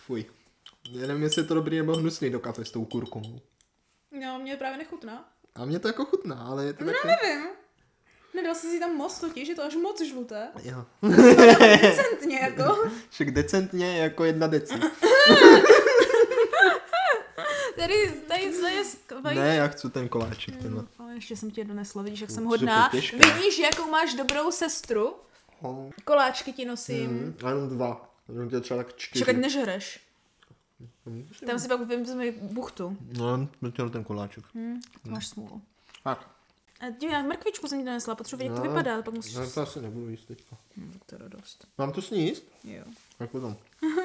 Fuj. Já nevím, jestli je to dobrý nebo hnusný do kafe s tou kurkumou. No, mě právě nechutná. A mě to jako chutná, ale je to taky... Nevím. Nedal jsi si tam moc totiž, je to až moc žluté. Jo. Decentně jako. Však decentně jako 1 deci. Tady je Ne, já chci ten koláček, tenhle. Ale ještě jsem tě donesla, vidíš, jak jsem To hodná. je těžké. Vidíš, jakou máš dobrou sestru. Koláčky ti nosím. Jenom 2. Jenom tě třeba tak 4. Čekat nežereš. Tam si pak vezme buchtu. No, chtěl ten koláček. Máš smůlu. Tak. A dívej, mrkvičku jsem ti donesla, potřebuji vědět, jak to vypadá, pak musíš... No, to asi nebudu jíst teďka. Tak to je radost. Mám to sníst? Jo. Tak potom.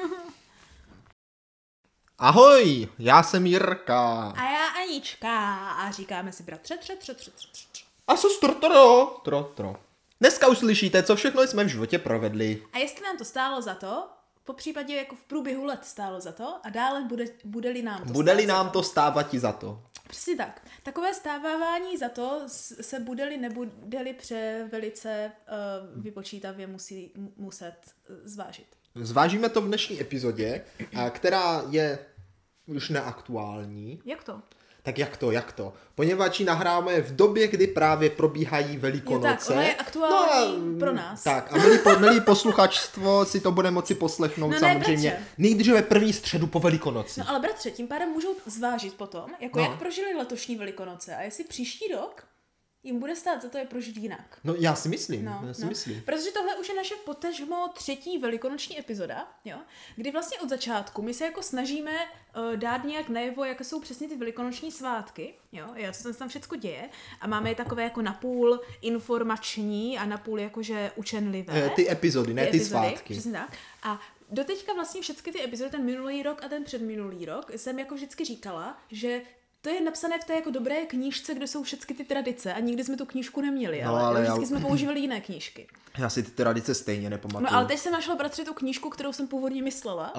Ahoj, já jsem Jirka. A já Anička a říkáme si bratře, tři. A sestro, tro. Dneska uslyšíte, co všechno jsme v životě provedli. A jestli nám to stálo za to, po případě jako v průběhu let stálo za to a dále bude-li nám to Bude-li stát nám za to stávat za to. Přesně tak. Takové stávávání za to se nebude-li velice vypočítavě muset zvážit. Zvážíme to v dnešní epizodě, která je už neaktuální. Jak to? Tak jak to? Poněvadž ji nahráme v době, kdy právě probíhají Velikonoce. Jo, tak, ona je aktuální pro nás. Tak, a milí posluchačstvo si to bude moci poslechnout No ne, samozřejmě bratře. nejdříve první středu po Velikonoci. No ale bratře, tím pádem můžou zvážit potom, jako jak prožili letošní Velikonoce a jestli příští rok jim bude stát za to je prožít jinak. No já si myslím, Protože tohle už je naše potažmo 3. velikonoční epizoda, jo, kdy vlastně od začátku my se jako snažíme dát nějak najevo, jaké jsou přesně ty velikonoční svátky, jo, co se tam všecko děje a máme je takové jako napůl informační a napůl jakože učenlivé. Ty epizody, ne ty svátky. Přesně tak. A doteďka vlastně všechny ty epizody, ten minulý rok a ten předminulý rok, jsem jako vždycky říkala, že to je napsané v té jako dobré knížce, kde jsou všechny ty tradice a nikdy jsme tu knížku neměli, ale vždycky jsme používali jiné knížky. Já si ty tradice stejně nepamatuju. No ale teď jsem našla, bratře, tu knížku, kterou jsem původně myslela.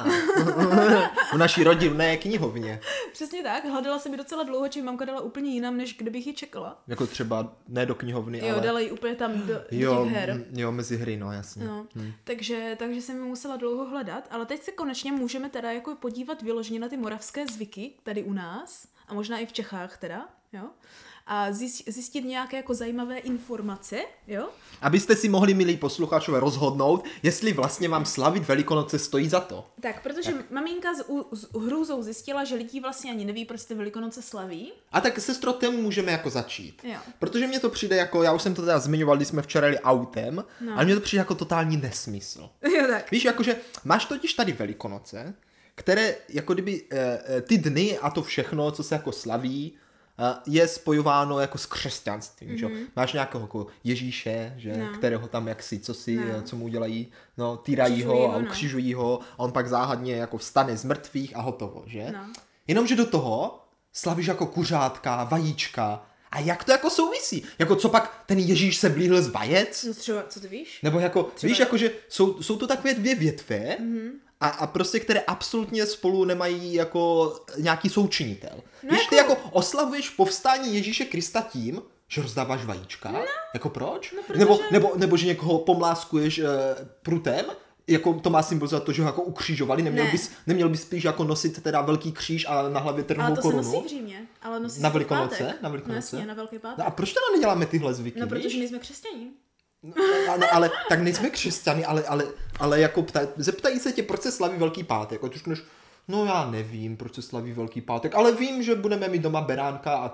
V naší rodinné knihovně. Přesně tak, hledala jsem ji docela dlouho, či mamka dala úplně jinam, než kdybych ji čekala. Jako třeba ne do knihovny, ale... Jo, dala ji úplně tam do těch her. Jo, mezi hry, no jasně. No, takže jsem ji musela dlouho hledat, ale teď se konečně můžeme teda jako podívat vyloženě na ty moravské zvyky tady u nás a možná i v Čechách teda, jo. A zjistit nějaké jako zajímavé informace, jo? Abyste si mohli, milí posluchačové, rozhodnout, jestli vlastně vám slavit Velikonoce stojí za to. Tak, protože maminka s hrůzou zjistila, že lidi vlastně ani neví, proč ty Velikonoce slaví. A tak, sestro, tím můžeme jako začít. Jo. Protože mně to přijde jako, já už jsem to teda zmiňoval, když jsme včera jeli autem, ale mně to přijde jako totální nesmysl. Jo, tak. Víš, jakože máš totiž tady Velikonoce, které jako kdyby ty dny a to všechno, co se jako slaví, je spojováno jako s křesťanstvím, že? Máš nějakého jako Ježíše, že? Kterého tam co mu udělají, týrají ho a ukřižují ho a on pak záhadně jako vstane z mrtvých a hotovo, že? Jenomže do toho slavíš jako kuřátka, vajíčka. A jak to jako souvisí? Jako co pak ten Ježíš se vlíhl z vajec? No třeba, co ty víš? Nebo jako, víš, jako, že jsou to takové 2 větve, a prostě, které absolutně spolu nemají jako nějaký součinitel. No Víš, ty jako oslavuješ povstání Ježíše Krista tím, že rozdáváš vajíčka? No. Jako proč? No, protože... nebo že někoho pomláskuješ prutem? Jako to má symbolizovat to, že ho jako ukřižovali? Neměl bys spíš jako nosit teda velký kříž a na hlavě trnovou korunu? Ale to se nosí v Římě. Ale nosí na se Velikonoce? Na Velikonoce? No, na Velký pátek. No a proč teda neděláme tyhle zvyky? No, protože nejsme křesťaní. No, ale tak nejsme křesťany, ale jako zeptají se tě, proč se slaví Velký pátek. Jako řekneš, no já nevím, proč se slaví Velký pátek, ale vím, že budeme mít doma beránka a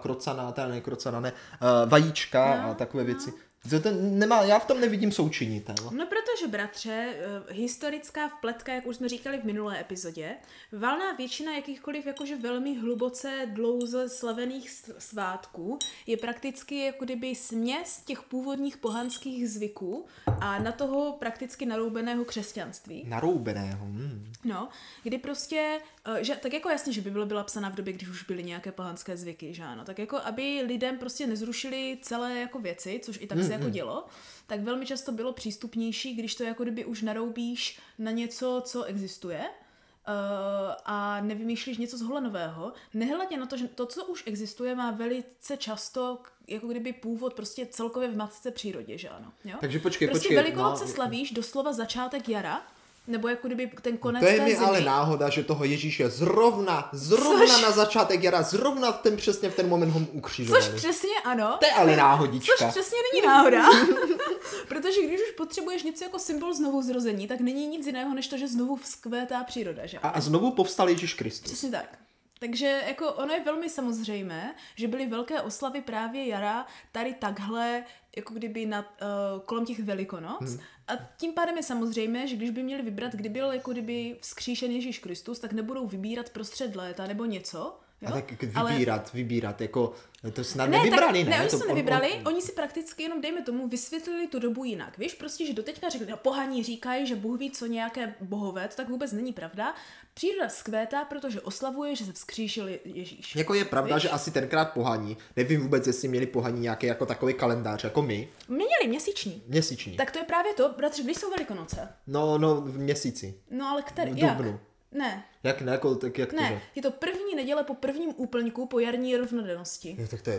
vajíčka a takové věci. Já v tom nevidím součinitel. No protože, bratře, historická vpletka, jak už jsme říkali v minulé epizodě, valná většina jakýchkoliv jakože velmi hluboce dlouze slavených svátků je prakticky jako kdyby směs těch původních pohanských zvyků a na toho prakticky naroubeného křesťanství. Naroubeného. No, kdy prostě, že, tak jako jasně, že Bible byla psaná v době, když už byly nějaké pohanské zvyky, že ano, tak jako aby lidem prostě nezrušili celé jako věci, což i tak se jako dělo, tak velmi často bylo přístupnější, když to jako kdyby už naroubíš na něco, co existuje a nevymýšlíš něco z hola nového, nehledě na to, že to, co už existuje, má velice často jako kdyby původ prostě celkově v matce přírodě, že ano. Jo? Takže počkej. Velikonoce slavíš doslova začátek jara, Nebo jako kdyby ten konec To je té mi zimy. ale náhoda, že toho Ježíše zrovna na začátek jara, zrovna přesně v ten moment ho ukřižovali. Což přesně ano. To je ale náhodička. Což přesně není náhoda. Protože když už potřebuješ něco jako symbol znovu zrození, tak není nic jiného, než to, že znovu vzkvétá příroda, že? A znovu povstal Ježíš Kristus. Přesně tak. Takže jako ono je velmi samozřejmé, že byly velké oslavy právě jara tady takhle, jako kdyby kolem těch Velikonoc. A tím pádem je samozřejmé, že když by měli vybrat, kdy byl jako kdyby vzkříšen Ježíš Kristus, tak nebudou vybírat prostřed léta nebo něco. Jo? A tak vybírat, jako to snad nevybrali, ne? Ne, oni to, se nevybrali, oni si prakticky jenom, dejme tomu, vysvětlili tu dobu jinak. Víš, prostě, že doteďka řekli, pohaní říkají, že Bůh ví, co nějaké bohové, to tak vůbec není pravda. Příroda zkvétá, protože oslavuje, že se vzkříšil Ježíš. Jako je pravda, víš? že asi tenkrát pohaní, nevím vůbec, jestli měli pohaní nějaký jako takový kalendář, jako my. Měli měsíční. Měsíční. Tak to je právě to, bratře, když jsou Velikonoce. No, v měsíci. No ale který, V jak? dubnu. Ne. Jak ne, jako, tak jak to, Ne, že? je to první neděle po prvním úplňku po jarní rovnodennosti. Jo, tak to je.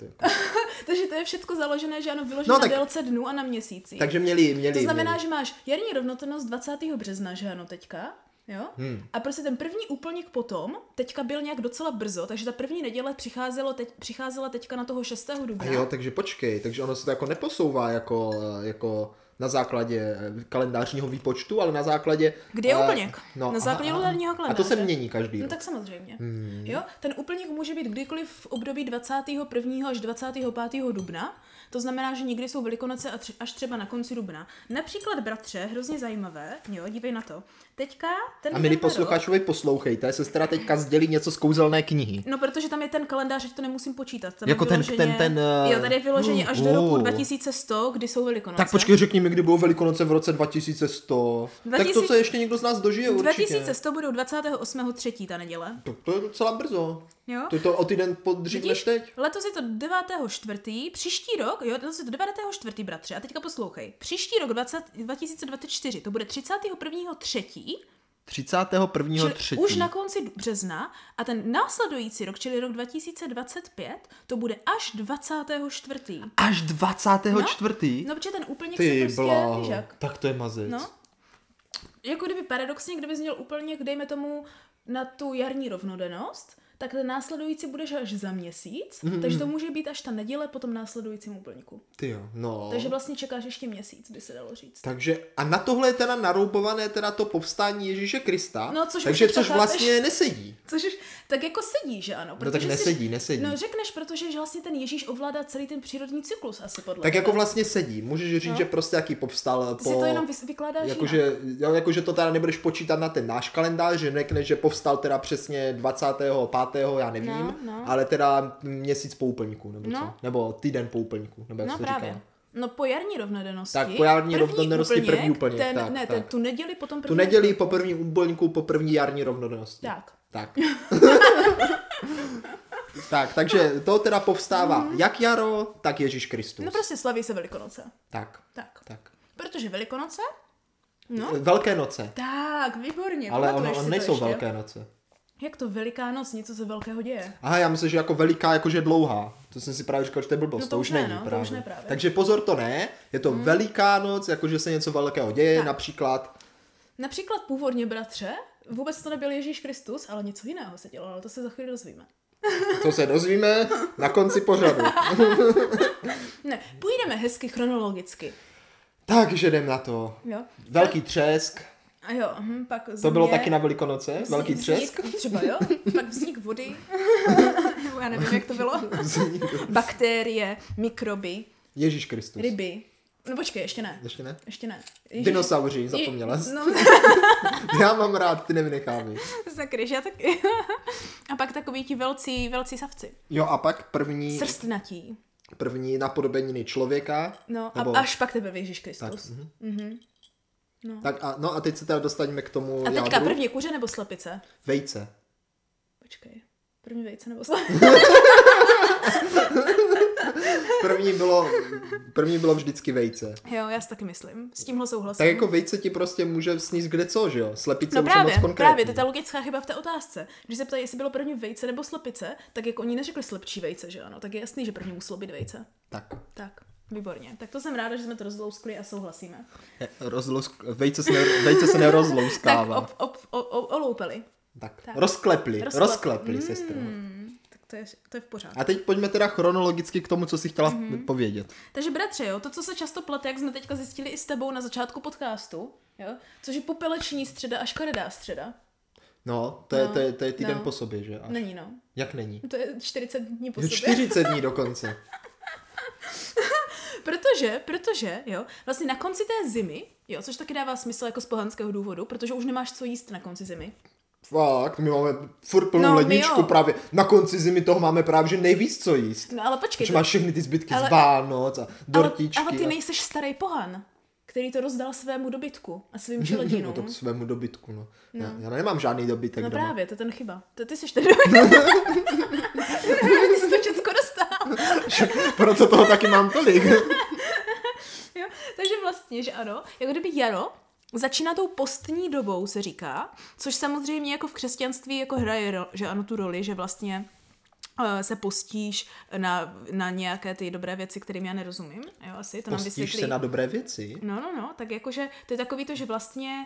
Takže to je všechno založené, že ano, vyložené na délce dnů a na měsíci. Takže měli. To znamená, že máš jarní rovnodennost 20. března, že ano, teďka. Jo? A prostě ten první úplník potom, teďka byl nějak docela brzo, takže ta první neděle přicházela teďka na toho 6. dubna. A jo, takže počkej, takže ono se to jako neposouvá jako na základě kalendářního výpočtu, ale na základě... Kde je úplněk? No, Na základě lunárního kalendáře. A to se mění každý No rok. tak samozřejmě. Jo? Ten úplněk může být kdykoliv v období 21. až 25. dubna. To znamená, že někdy jsou Velikonoce až třeba na konci dubna. Například, bratře, hrozně zajímavé, jo, dívej na to. Teďka ten A milí posluchačovi, poslouchejte, sestra teďka sdělí něco z kouzelné knihy. No, protože tam je ten kalendář, že to nemusím počítat. Tam Jako je vyloženě, Jo, tady je vyloženě až do roku 2100, kdy jsou Velikonoce. Tak počkej, řekni mi, kdy budou Velikonoce v roce 2100. Tak to se ještě někdo z nás dožije určitě. 2100 budou 28.3. ta neděle. To je docela brzo. Jo? To je to o týden dřív než teď. Letos je to 9.4. Příští rok, jo, letos je to 9.4. bratře. A teďka poslouchej. Příští rok 2024, to bude 31.3. 31.3. Už na konci března a ten následující rok, čili rok 2025, to bude až 24. Až 24. No, protože ten úplněk Ty se prostě, bláho, víš jak. tak to je mazec. No. Jako kdyby paradoxně, kdyby měl úplněk, dejme tomu, na tu jarní rovnodennost, tak ten následující budeš až za měsíc, takže to může být až ta neděle po tom následujícím úplňku. Ty jo, no. Takže vlastně čekáš ještě měsíc, by se dalo říct. Takže a na tohle je teda naroubované teda to povstání Ježíše Krista, No, což takže už což chápeš. vlastně nesedí. Což už tak jako sedí, že ano? No tak nesedí. No řekneš, protože že vlastně ten Ježíš ovládá celý ten přírodní cyklus asi podle Tak tebe. jako vlastně sedí. Můžeš říct, že prostě jaký povstal Ty si to jenom vykládáš jinak. jakože to teda nebudeš počítat na ten náš kalendář, že řekneš, že povstal teda přesně 25. já nevím, ale teda měsíc po úplňku, nebo co? Nebo týden po úplňku, nebo jak se právě. říká. No po jarní rovnodennosti. Tak po jarní rovnodennosti první úplněk. Tu neděli potom Tu neděli po prvním úplňku po první jarní rovnodennosti. Tak. Tak, takže to teda povstává jak jaro, tak Ježíš Kristus. No prostě slaví se Velikonoce. Tak. Protože Velikonoce? No. Velké noce. Tak, výborně. Ale Pamatuješ si to nejsou ještě? Velké noce. Jak to Veliká noc, něco se velkého děje? Aha, já myslím, že jako veliká, jakože dlouhá. To jsem si právě říkal, že to je blbost, No to už není to už ne právě. Takže pozor, to ne, je to veliká noc, jakože se něco velkého děje, Tak. například původně, bratře, vůbec to nebyl Ježíš Kristus, ale něco jiného se dělalo, ale to se za chvíli dozvíme. to se dozvíme na konci pořadu. Ne, půjdeme hezky chronologicky. Takže jdem na to. Jo. Velký třesk. A jo, pak To bylo taky na Velikonoce? Velký třesk? Třeba jo, pak vznik vody, nebo já nevím, jak to bylo. Bakterie, mikroby, Ježíš Kristus. ryby. No počkej, ještě ne. Ještě ne? Ježíš... Dinosauři, zapomněla jsi. No, Já mám rád, ty nevynechávej. sakryš, já taky. A pak takový ti velcí savci. Jo, a pak první napodobeniny člověka. No, nebo... a až pak tebe Ježíš Kristus. No. Tak a teď se teda dostaneme k tomu A teďka jádru. první kuře nebo slepice? Vejce. Počkej, první vejce nebo slepice? První bylo vždycky vejce. Jo, já si taky myslím. S tímhle souhlasím. Tak jako vejce ti prostě může sníst kde co, že jo? Slepice No už je moc konkrétní. právě, to je ta logická chyba v té otázce. Když se ptají, jestli bylo první vejce nebo slepice, tak jako oni neřekli slepčí vejce, že ano? Tak je jasný, že první muselo být vejce. Tak. Výborně. Tak to jsem ráda, že jsme to rozlouskli a souhlasíme. Vejce se nerozlouskává. Tak oloupeli. Tak. Rozklepli sestro. Tak to je v pořádku. A teď pojďme teda chronologicky k tomu, co jsi chtěla povědět. Takže bratře, jo, to, co se často plete, jak jsme teďka zjistili i s tebou na začátku podcastu, jo, což je popeleční středa a škaredá středa. No, to je týden po sobě, že? Až. Není, no. Jak není? To je 40 dní po sobě. 40 dní dokonce. Protože, jo, vlastně na konci té zimy, jo, což taky dává smysl jako z pohanského důvodu, protože už nemáš co jíst na konci zimy. Fakt, my máme furt plnou ledničku právě. Na konci zimy toho máme právě, že nejvíc co jíst. No ale počkej. Že máš všechny ty zbytky z Vánoc a dortičky. Ale ty nejseš starý pohan, který to rozdal svému dobytku a svým čeledinům. No to svému dobytku, no. Já nemám žádný dobytek No doma. právě, to je ten chyba. Ty jsi ten dobytek. Ty jsi to všechno dostal. Proto toho taky mám tolik. Jo, takže vlastně, že ano, jako kdyby jaro začíná tou postní dobou, se říká, což samozřejmě jako v křesťanství jako hraje, že ano, tu roli, že vlastně se postíš na nějaké ty dobré věci, kterým já nerozumím. Jo, asi to nám vysvětlí. Postíš se na dobré věci? No, tak jakože to je takový to, že vlastně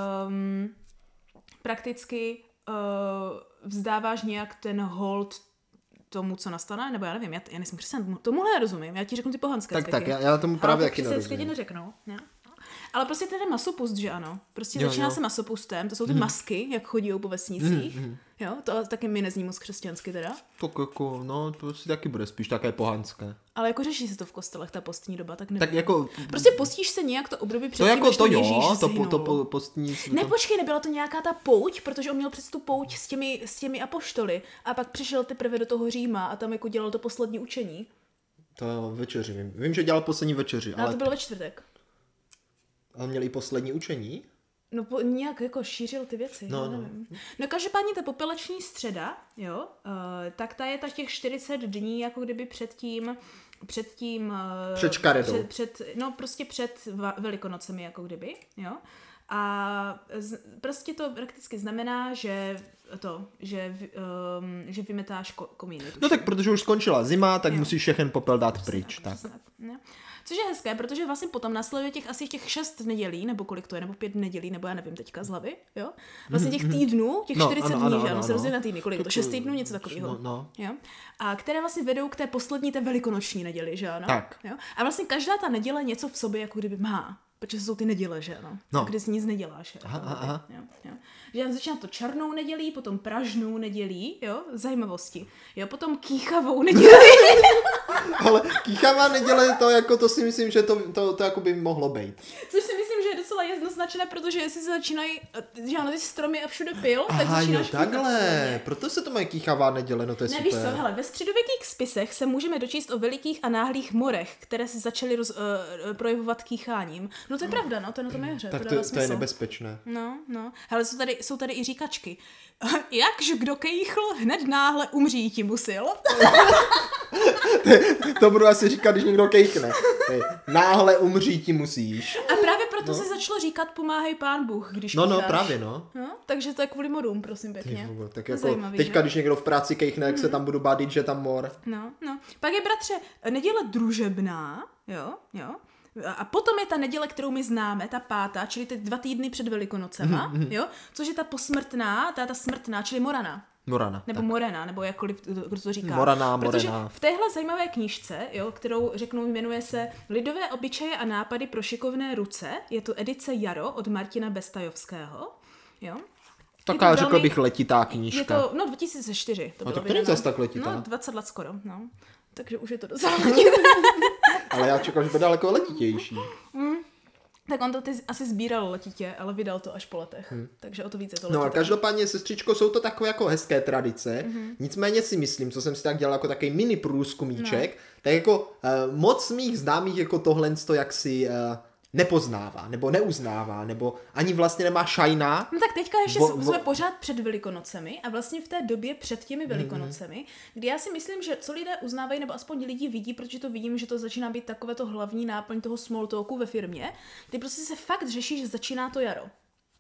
prakticky vzdáváš nějak ten hold tomu, co nastane, nebo já nevím, já nejsem křesťan, tomuhle nerozumím, já ti řeknu ty pohanské zvyky. Tak, já tomu právě taky nerozumím. Ale neřeknou, ne? Ale prostě ten masopust, že ano. Prostě začíná se masopustem, to jsou ty masky, jak chodí po vesnicích. Jo, to taky mi nezní moc křesťansky teda. Tak jako, no, to si taky bude spíš také pohanské. Ale jako řeší se to v kostelech, ta postní doba, tak nevím. Tak jako... Prostě postíš se nějak to období předtím, jako než to Ježíš to postní... Ne, počkej, nebyla to nějaká ta pouť, protože on měl přes tu pouť s těmi apoštoly a pak přišel teprve do toho Říma a tam jako dělal to poslední učení. To večeři vím, že dělal poslední večeři, ale... to bylo ve čtvrtek. Ale měl i poslední učení? No nějak jako šířil ty věci, nevím. No každopádně ta popeleční středa, jo, tak ta je tak těch 40 dní, jako kdyby před tím před škaredou. Prostě před Velikonocemi, jako kdyby, jo. A prostě to prakticky znamená, že vymetáš komíny. No tak protože už skončila zima, tak musíš všechen popel dát pryč. Tak. Což je hezké, protože vlastně potom následuje těch 6 nedělí, nebo kolik to je, nebo 5 nedělí, nebo já nevím teďka z hlavy, jo? Vlastně těch týdnů, těch 40 dní, že ano, se rozdělí na týdny, kolik je to, 6 týdnů, něco takového. Jo? A které vlastně vedou k té poslední, té velikonoční neděli, že ano? Tak. Jo? A vlastně každá ta neděle něco v sobě jako kdyby má. Protože jsou ty neděle, že ano? No. Kdy si nic neděláš. Aha. Jo. Že začíná to černou nedělí, potom pražnou nedělí, jo, zajímavosti. Jo, potom kýchavou nedělí. Ale kýchavá neděle, to si myslím, že to jako by mohlo být. Což si myslím, že je docela jednoznačné, protože jestli se začínají, že ano, ty stromy a všude pil, tak Aha, začínáš takhle, proto se to mají kýchavá neděle, no to je super. Víš co, hele, ve středověkých spisech se můžeme dočíst o velikých a náhlých morech, které se začaly projevovat kýcháním. No to je pravda, no, to je na tom je hře. Tak to je nebezpečné. No. Hele, jsou tady i říkačky. Jakž kdo kejchl, hned náhle umřít ti musil. To budu asi říkat, když někdo kejchne. Náhle umřít ti musíš. A právě proto se začalo říkat pomáhej Pán Bůh, když kýcháš. No, právě, no. Takže to je kvůli morům, prosím pěkně. Tak jako zajímavý, teďka, když někdo v práci kejchne, jak se tam budu bádit, že tam mor. No. Pak je, bratře, neděle družebná, jo. A potom je ta neděle, kterou my známe, ta 5., čili ty 2 týdny před Velikonocema, jo, což je ta posmrtná, ta smrtná, čili Morana. Nebo tak. Morena, nebo jakkoliv kdo to říká. Morana. Protože v téhle zajímavé knížce, jo, kterou řeknu, jmenuje se Lidové obyčeje a nápady pro šikovné ruce, je to edice Jaro od Martina Bestajovského, jo. Taká, řekl bych, letitá knížka. Je to, 2004. To tak to není zase tak letitá. 20 let skoro, no. Takže už je to docela letitá. Ale já čekám, že bude daleko letitější. Tak on to asi sbíral letitě, ale vydal to až po letech. Takže o to víc je to letitě. No a každopádně, sestřičko, jsou to takové jako hezké tradice. Nicméně si myslím, co jsem si tak dělal jako takový mini průzkumíček, tak jako moc mých známých jako tohle jaksi nepoznává, nebo neuznává, nebo ani vlastně nemá šajna. No tak teďka ještě jsme pořád před Velikonocemi a vlastně v té době před těmi Velikonocemi, kdy já si myslím, že co lidé uznávají, nebo aspoň lidi vidí, protože to vidím, že to začíná být takové to hlavní náplň toho small talku ve firmě, kdy prostě se fakt řeší, že začíná to jaro.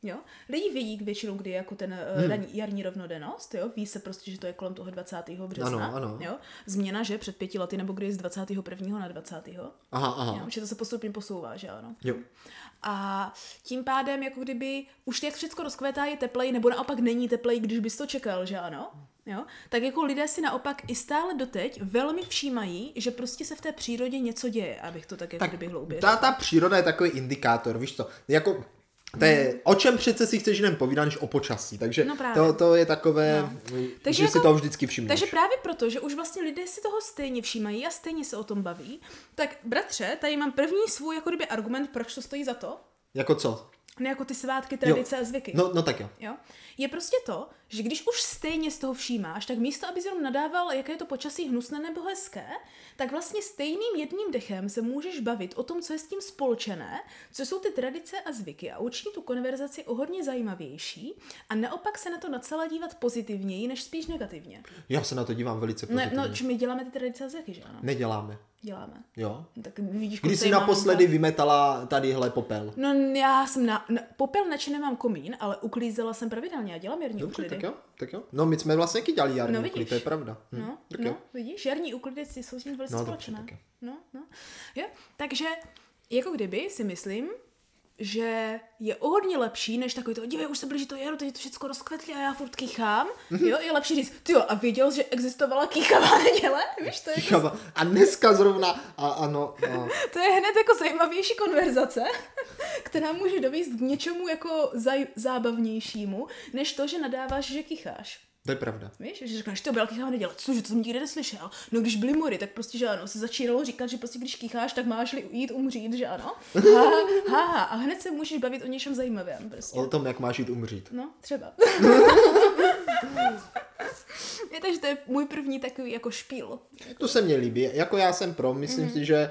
Jo? Lidi vědí většinou, kdy je jako ten jarní rovnodennost, jo? Ví se prostě, že to je kolem toho 20. března. Ano. Jo? Změna, že před 5 lety, nebo kdy je z 21. na 20. Aha. Jo? Že to se postupně posouvá, že ano. Jo. A tím pádem, jako kdyby už jak všechno rozkvétá, je teplej, nebo naopak není teplej, když bys to čekal, že ano. Jo? Tak jako lidé si naopak i stále doteď velmi všímají, že prostě se v té přírodě něco děje, abych to tak jako kdyby hloubě. Ta příroda je takový indikátor, víš co, jako to je, o čem přece si chceš jen povídat, než o počasí, takže to je takové, takže že jako, si toho vždycky všimneš. Takže právě proto, že už vlastně lidé si toho stejně všímají a stejně se o tom baví, tak bratře, tady mám první svůj jako kdyby argument, proč to stojí za to. Jako co? Ne jako ty svátky, tradice a zvyky. No tak jo. Je prostě to, že když už stejně z toho všímáš, tak místo, abys jenom nadával, jaké je to počasí hnusné nebo hezké, tak vlastně stejným jedním dechem se můžeš bavit o tom, co je s tím spolčené, co jsou ty tradice a zvyky a učiní tu konverzaci o hodně zajímavější a naopak se na to na celé dívat pozitivněji, než spíš negativně. Já se na to dívám velice pozitivně. No, my děláme ty tradice a zvyky, že ano? Neděláme. Děláme. Jo. Tak vidíš, kdy jsi naposledy vymetala tadyhle popel? No já jsem popel način nemám komín, ale uklízela jsem pravidelně a dělám jarní úklidy. Tak jo. No my jsme vlastně taky dělali jarní úklidy, to je pravda. Vidíš, jarní úklidy jsou s tím velice společné. No. Jo, takže jako kdyby si myslím, že je o hodně lepší, než takový to, dívej, už se blíží to jaro, teď je to všechno rozkvetlé a já furt kýchám. Jo, je lepší říct, tyjo, a věděl, že existovala kýchavá neděle? Víš, to je jako... A dneska zrovna, ano. To je hned jako zajímavější konverzace, která může dovést k něčemu jako zábavnějšímu, než to, že nadáváš, že kýcháš. To je pravda. Víš, že říkáš, to byla kýchavá neděle, cože, to jsem nikdy neslyšel. No když byly mory, tak prostě, že ano, se začínalo říkat, že prostě když kýcháš, tak máš-li jít umřít, že ano. A hned se můžeš bavit o něčem zajímavém prostě. O tom, jak máš jít umřít. No, třeba. Takže to je můj první takový jako špíl. To se mně líbí, jako já jsem pro, myslím si, že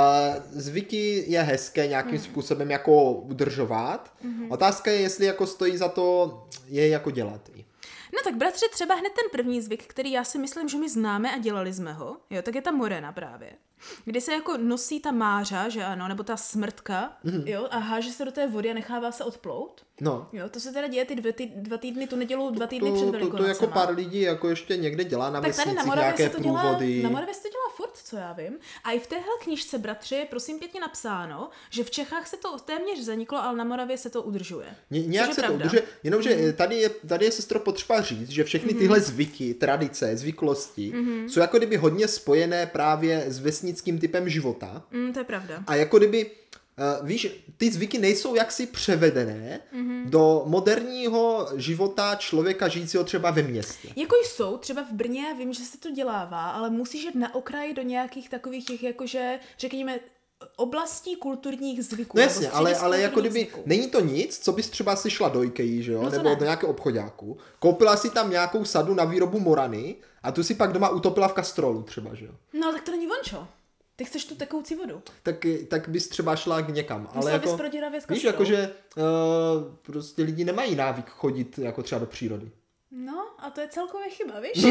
zvyky je hezké nějakým způsobem jako udržovat. Otázka je, jestli jako stojí za to je jako dělat. No tak bratře, třeba hned ten první zvyk, který já si myslím, že my známe a dělali jsme ho, jo, tak je ta morena právě. Kdy se jako nosí ta mářa, že ano, nebo ta smrtka, jo, a háže se do té vody a nechává se odplout. No. Jo, to se teda děje ty 2 týdny, tu nedělu 2 týdny před Velikonocema. To jako pár lidí jako ještě někde dělá na vesnicích nějaké průvody. Na Moravě se to dělá furt, co já vím. A i v téhle knížce, bratři, je prosím pěkně napsáno, že v Čechách se to téměř zaniklo, ale na Moravě se to udržuje. Nějak se to udržuje, jenomže tady je sestro potřeba říct, že všechny tyhle zvyky, tradice, zvyklosti jsou jako kdyby hodně spojené právě s vesnickým typem života. To je pravda. A jako kdyby víš, ty zvyky nejsou jaksi převedené do moderního života člověka žijícího třeba ve městě. Jako jsou, třeba v Brně, já vím, že se to dělává, ale musíš jít na okraj do nějakých takových těch, jakože, řekněme, oblastí kulturních zvyků. No jasně, ale jako kdyby není to nic, co bys třeba si šla do IKEA, že jo, nebo do nějakého obchodáku, koupila si tam nějakou sadu na výrobu morany a tu si pak doma utopila v kastrolu třeba, že jo. No tak to není vončo. Ty chceš tu tekoucí vodu. Tak bys třeba šla k někam. Ale jako, víš, jakože prostě lidi nemají návyk chodit jako třeba do přírody. No, a to je celkově chyba, víš?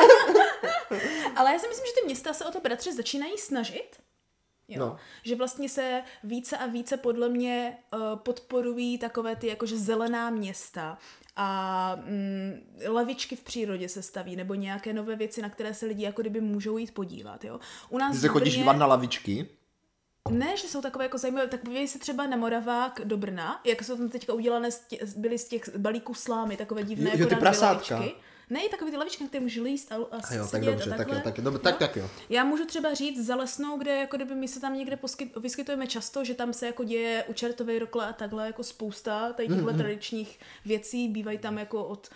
Ale já si myslím, že ty města se o to, bratře, začínají snažit. Jo. No. Že vlastně se více a více podle mě podporují takové ty jakože zelená města a lavičky v přírodě se staví, nebo nějaké nové věci, na které se lidi jako kdyby můžou jít podívat. Jo. U nás ty se chodíš dívat na lavičky? Ne, že jsou takové jako zajímavé, tak podívej se třeba na Moravák do Brna, jak jsou tam teďka udělané, byly z těch balíků slámy, takové divné jako prasátka. Ne, i takový ty lavičky, na které můžu líst a jo, tak dobře, tak jo. Já můžu třeba říct za Lesnou, kde jako kdyby my se tam někde vyskytujeme často, že tam se jako děje u čertové rokle a takhle jako spousta tady těchto tradičních věcí, bývají tam jako od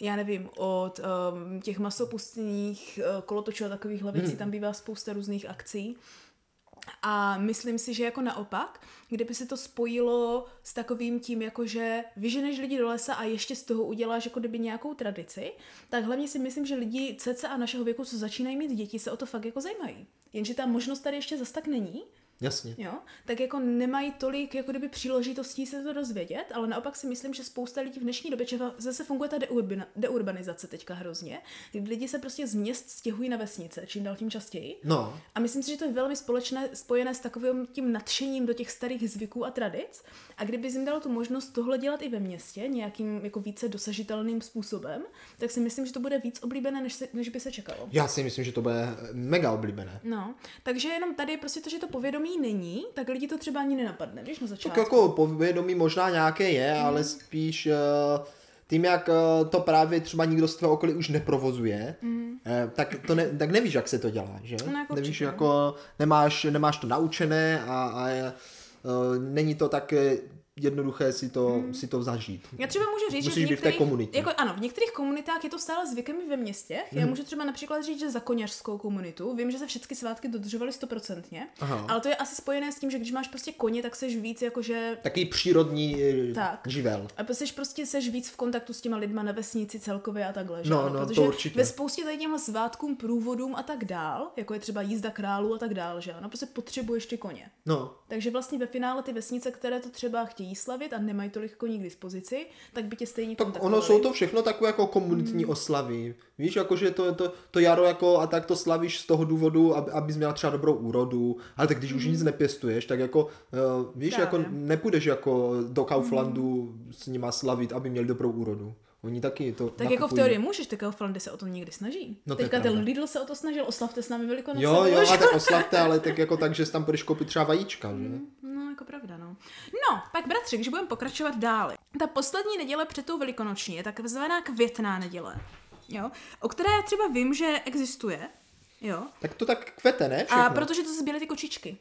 těch masopustných kolotočů a takových věcí, tam bývá spousta různých akcí. A myslím si, že jako naopak, kdyby se to spojilo s takovým tím, jakože vyženeš lidi do lesa a ještě z toho uděláš jako kdyby nějakou tradici, tak hlavně si myslím, že lidi cca našeho věku, co začínají mít děti, se o to fakt jako zajímají. Jenže ta možnost tady ještě zas tak není. Jasně. Jo? Tak jako nemají tolik jako kdyby příležitostí se to dozvědět, ale naopak si myslím, že spousta lidí v dnešní době, že zase funguje ta deurbanizace teďka hrozně, kdy lidi se prostě z měst stěhují na vesnice, čím dál tím častěji. No. A myslím si, že to je velmi spojené s takovým tím nadšením do těch starých zvyků a tradic. A kdyby jim dalo tu možnost tohle dělat i ve městě, nějakým jako více dosažitelným způsobem, tak si myslím, že to bude víc oblíbené, než by se čekalo. Já si myslím, že to bude mega oblíbené. No, takže jenom tady prostě to, že to povědomí není, tak lidi to třeba ani nenapadne, víš, na začátku. Tak jako povědomí možná nějaké je, ale spíš tím, jak to právě třeba nikdo z tvého okolí už neprovozuje, tak tak nevíš, jak se to dělá, že? No, jako nevíš, určitě. jako nemáš to naučené a není to tak jednoduché si to zažít. Já třeba můžu říct, Musíš že být v té komunitě. jako, ano, v některých komunitách je to stále zvykem i ve městě. Já můžu třeba například říct, že za koněřskou komunitu vím, že se všechny svátky dodržovaly 100%, Aha. ale to je asi spojené s tím, že když máš prostě koně, tak seš víc jakože Takový přírodní Tak. živel. a prostě seš víc v kontaktu s těma lidma na vesnici celkově a takhle, že No, ano? no, to Protože určitě. ve spoustě tady těmhle svátkům, průvodům a tak dál, jako je třeba jízda králů a tak dál, že ano, prostě potřebuješ ty koně. No, Takže vlastně ve finále ty vesnice, které to třeba chtějí slavit a nemají tolik koní k dispozici, tak by tě stejně tak kontaktovali. ono jsou to všechno takové jako komunitní oslavy. Víš, jakože to jaro jako a tak to slavíš z toho důvodu, abys měla třeba dobrou úrodu, ale tak když už nic nepěstuješ, tak jako víš, Právě. jako nepůjdeš jako do Kauflandu s nima slavit, aby měli dobrou úrodu. Oni taky to Tak jako v teorii můžeš, ty Kauflandy se o to někdy snaží. No, to je Teďka ten pravda. Lidl se o to snažil, oslavte s námi Velikonoce. Jo, vole, a tak oslavte, ale tak jako tak, že si tam půjdeš koupit třeba vajíčka, že? No, jako pravda, no. No, pak bratři, když budeme pokračovat dále. Ta poslední neděle před tou velikonoční je takzvaná květná neděle, jo, o které já třeba vím, že existuje, jo, Tak to tak kvete, ne? Všechno. a protože to se sbíraly ty kočičky.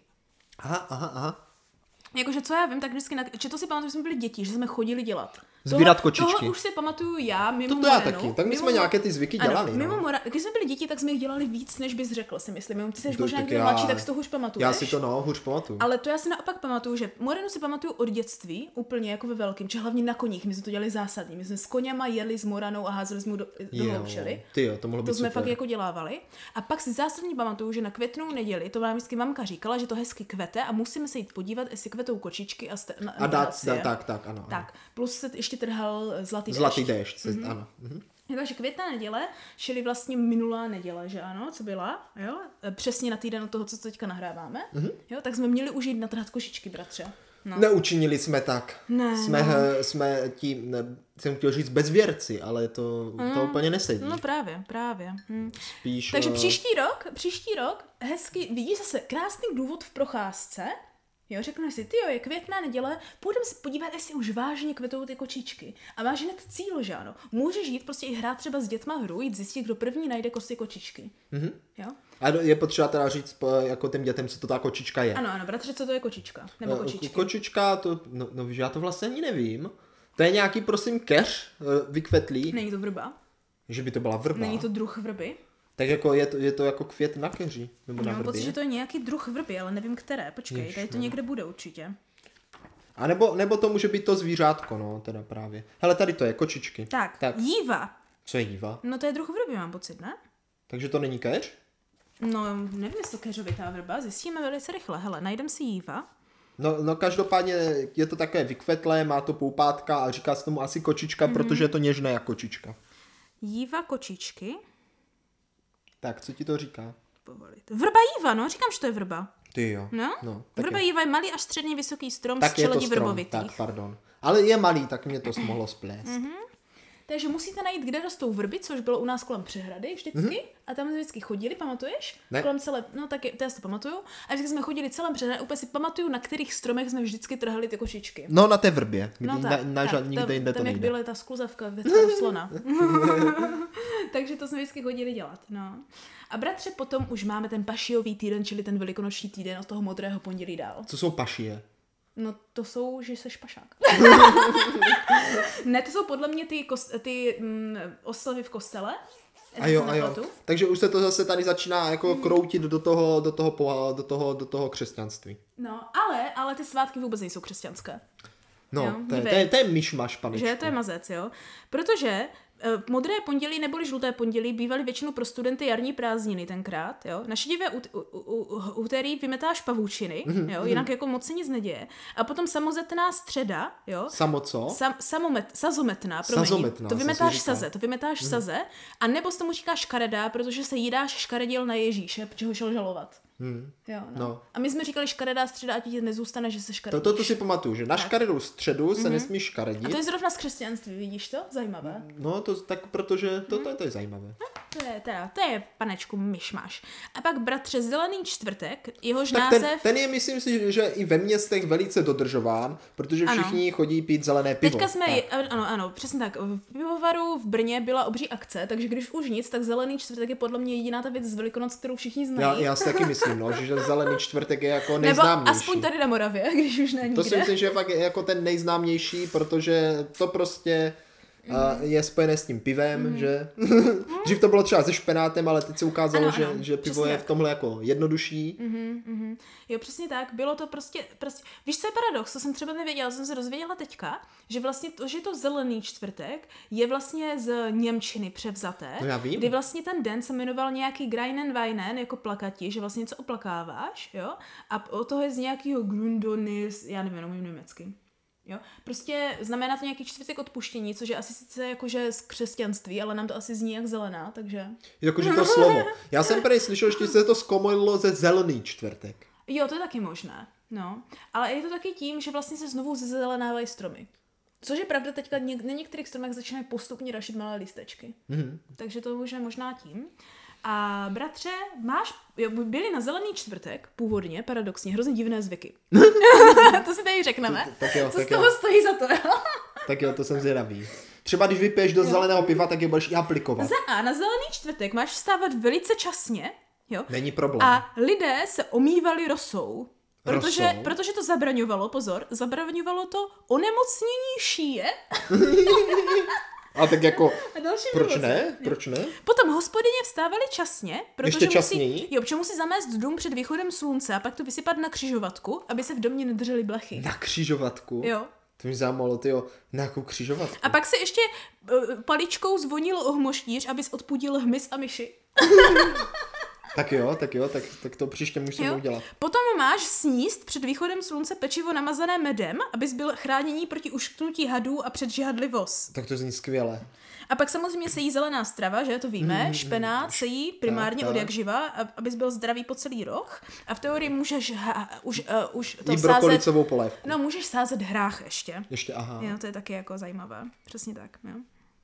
Aha. Jakože co já vím, tak vždycky, že to si pamatuju, že jsme byli děti, že jsme chodili dělat. Sbírat kočičky. Tohle už si pamatuju já, mimo To já Morenu. taky. Tak my mimo jsme nějaké ty zvyky dělali. Ano, mimo No. když jsme byli děti, tak jsme jich dělali víc, než bys řekl, si myslím. Ty jsi možná Tak někdy mladší, tak si to už pamatuješ. Já si to hůř pamatuju. Ale to já si naopak pamatuju, že Morenu si pamatuju od dětství, úplně jako ve velkým, či hlavně na koních, my jsme to dělali zásadní. My jsme s koněma jeli s Moranou a házeli jsme mu do hloučely. Ty to mohlo být To jsme super. fakt jako dělávali. A pak si zásadně pamatuju, že na květnou neděli, to nám vždycky mamka říkala, že to hezky kvete a musíme se jít podívat, jestli kvetou kočičky a dát, tak, ano. Tak, plus se ještě trhal zlatý déšť, ano. Takže květná neděle, čili vlastně minulá neděle, že ano, co byla, jo, přesně na týden od toho, co teďka nahráváme, jo, tak jsme měli už jít natrhat košičky, bratře. No. Neučinili jsme tak. Ne, Jsme tím, jsem chtěl říct bezvěrci, ale to úplně nesedí. No právě. Spíš, Takže příští rok, hezky, vidíš zase krásný důvod v procházce, jo, řekneš si, je květná neděle, půjdeme se podívat, jestli už vážně kvetou ty kočičky. A máš hned cíl, že ano. Můžeš jít prostě i hrát třeba s dětma hru, jít zjistit, kdo první najde kosy kočičky. Jo? A je potřeba teda říct jako těm dětem, co to ta kočička je. Ano, bratře, co to je kočička? Nebo kočičky? Kočička, no víš, já to vlastně ani nevím. To je nějaký, prosím, keř vykvetlý. Není to vrba? Že by to byla vrba. Není to druh vrby? Tak jako je to jako květ na keři. Nebo na Mám pocit, vrbě. že to je nějaký druh vrby, ale nevím které. Počkej, tady to Ježišmarja. někde bude určitě. A nebo to může být to zvířátko, no, teda právě. Hele, tady to je kočičky. Tak. Jíva. Co je jíva? No to je druh vrby, mám pocit, ne? Takže to není keř? No, nevím, jestli to keřovitá vrba, zjistíme velice rychle. Hele, najdem si jíva. No každopádně je to také vykvetlé, má to poupátka a říká se tomu asi kočička, protože je to něžné jako kočička. Jíva kočičky. Tak, co ti to říká? Povolit. Vrba jíva, no, říkám, že to je vrba. Ty jo. No? tak Vrba je. jíva je malý až středně vysoký strom Tak z je to čeledí strom, vrbovitých. tak, pardon. Ale je malý, tak mě to mohlo splést. Takže musíte najít, kde rostou vrby, což bylo u nás kolem přehrady vždycky. A tam jsme vždycky chodili, pamatuješ? Ne. Kolem celé, no tak to já si to pamatuju. A vždycky jsme chodili celém přehrady, úplně si pamatuju, na kterých stromech jsme vždycky trhali ty kočičky. No na té vrbě, kdy No tak, nikde jinde to tam jak nejde. byla ta skluzavka ve tvaru slona. Takže to jsme vždycky chodili dělat. No. A bratře, potom už máme ten pašiový týden, čili ten velikonoční týden od toho modrého pondělí dál. Co jsou pašie? No to jsou, že seš pašák. Ne, to jsou podle mě ty oslavy v kostele. A jo. Takže už se to zase tady začíná jako kroutit do toho křesťanství. No, ale ty svátky vůbec nejsou křesťanské. No, jo? to je myšmaš, panečku. Že to je mazec, jo. Protože modré pondělí neboli žluté pondělí bývaly většinou pro studenty jarní prázdniny tenkrát, jo. Na šedivé úterý vymetáš pavučiny, jo, jinak jako moc se nic neděje. A potom samozetná středa, jo. Sazometná, to vymetáš saze, a nebo se tomu říká škaredá, protože se jídáš škaredil na Ježíše, protože ho šel žalovat. Jo, no. A my jsme říkali škaredá středa, ať ti nezůstane, že se škaredíš. To si pamatuju, že na škaredou středu se nesmí škaredit. A to je zrovna z křesťanství, vidíš to? Zajímavé. No, tak protože to je zajímavé. To je panečku myšmaš. A pak bratře zelený čtvrtek, jehož název... Ten je, myslím si, že i ve městech velice dodržován, protože všichni chodí pít zelené pivo. Teďka jsme, ano, přesně tak. V pivovaru v Brně byla obří akce, takže když už nic, tak zelený čtvrtek je podle mě jediná ta věc z Velikonoc, kterou všichni znají. Já si taky myslím, že zelený čtvrtek je jako nejznámější. Nebo aspoň tady na Moravě, když už není. To si myslím, že je fakt jako ten nejznámější, protože to prostě je spojené s tím pivem, že dřív to bylo třeba se špenátem, ale teď se ukázalo, že pivo je v tomhle jako jednodušší. Jo, přesně tak. Bylo to prostě... Víš, co je paradox? To jsem třeba nevěděla, jsem se dozvěděla teďka, že vlastně to, že je to zelený čtvrtek, je vlastně z němčiny převzaté. No já vím. Kdy vlastně ten den se jmenoval nějaký Greinen Weinen, jako plakati, že vlastně něco oplakáváš, jo? A od toho je z nějakého Grundonis, já nevím, jenom německy. Jo? Prostě znamená to nějaký čtvrtek odpuštění, což je asi sice jakože z křesťanství, ale nám to asi zní jak zelená, takže... Jakože to slovo. Já jsem prý slyšel, že se to zkomolilo ze zelený čtvrtek. Jo, to je taky možné, no. Ale je to taky tím, že vlastně se znovu zezelenávají stromy. Což je pravda, teďka na některých stromech začínají postupně rašit malé listečky. Takže to může možná tím. A bratře, byli na zelený čtvrtek, původně, paradoxně, hrozně divné zvyky. To si tady řekneme. Co z toho stojí za to? Tak jo, to jsem zvědavý. Třeba když vypiješ do zeleného piva, tak je budeš i aplikovat. Na zelený čtvrtek máš vstávat velice časně, jo? Není problém. A lidé se omývali rosou. Protože to zabraňovalo to onemocnění šíje. A tak jako, proč ne? Potom hospodyně vstávali časně, protože musí zamést dům před východem slunce a pak to vysypat na křižovatku, aby se v domě nedržely blechy. Na křižovatku? Jo. To mi zajímalo, na jakou křižovatku. A pak se ještě paličkou zvonil o hmoštíř, abys odpudil hmyz a myši. Tak to příště musíme udělat. Potom máš sníst před východem slunce pečivo namazané medem, abys byl chráněný proti ušknutí hadů a před žihadlivost. Tak to zní skvěle. A pak samozřejmě se jí zelená strava, že to víme, špenát se jí primárně od jak živa, abys byl zdravý po celý rok. A v teorii můžeš už to sázet... brokolicovou polévku. No, můžeš sázet hrách ještě. Aha. Jo, to je taky jako zajímavé. Přesně tak, jo.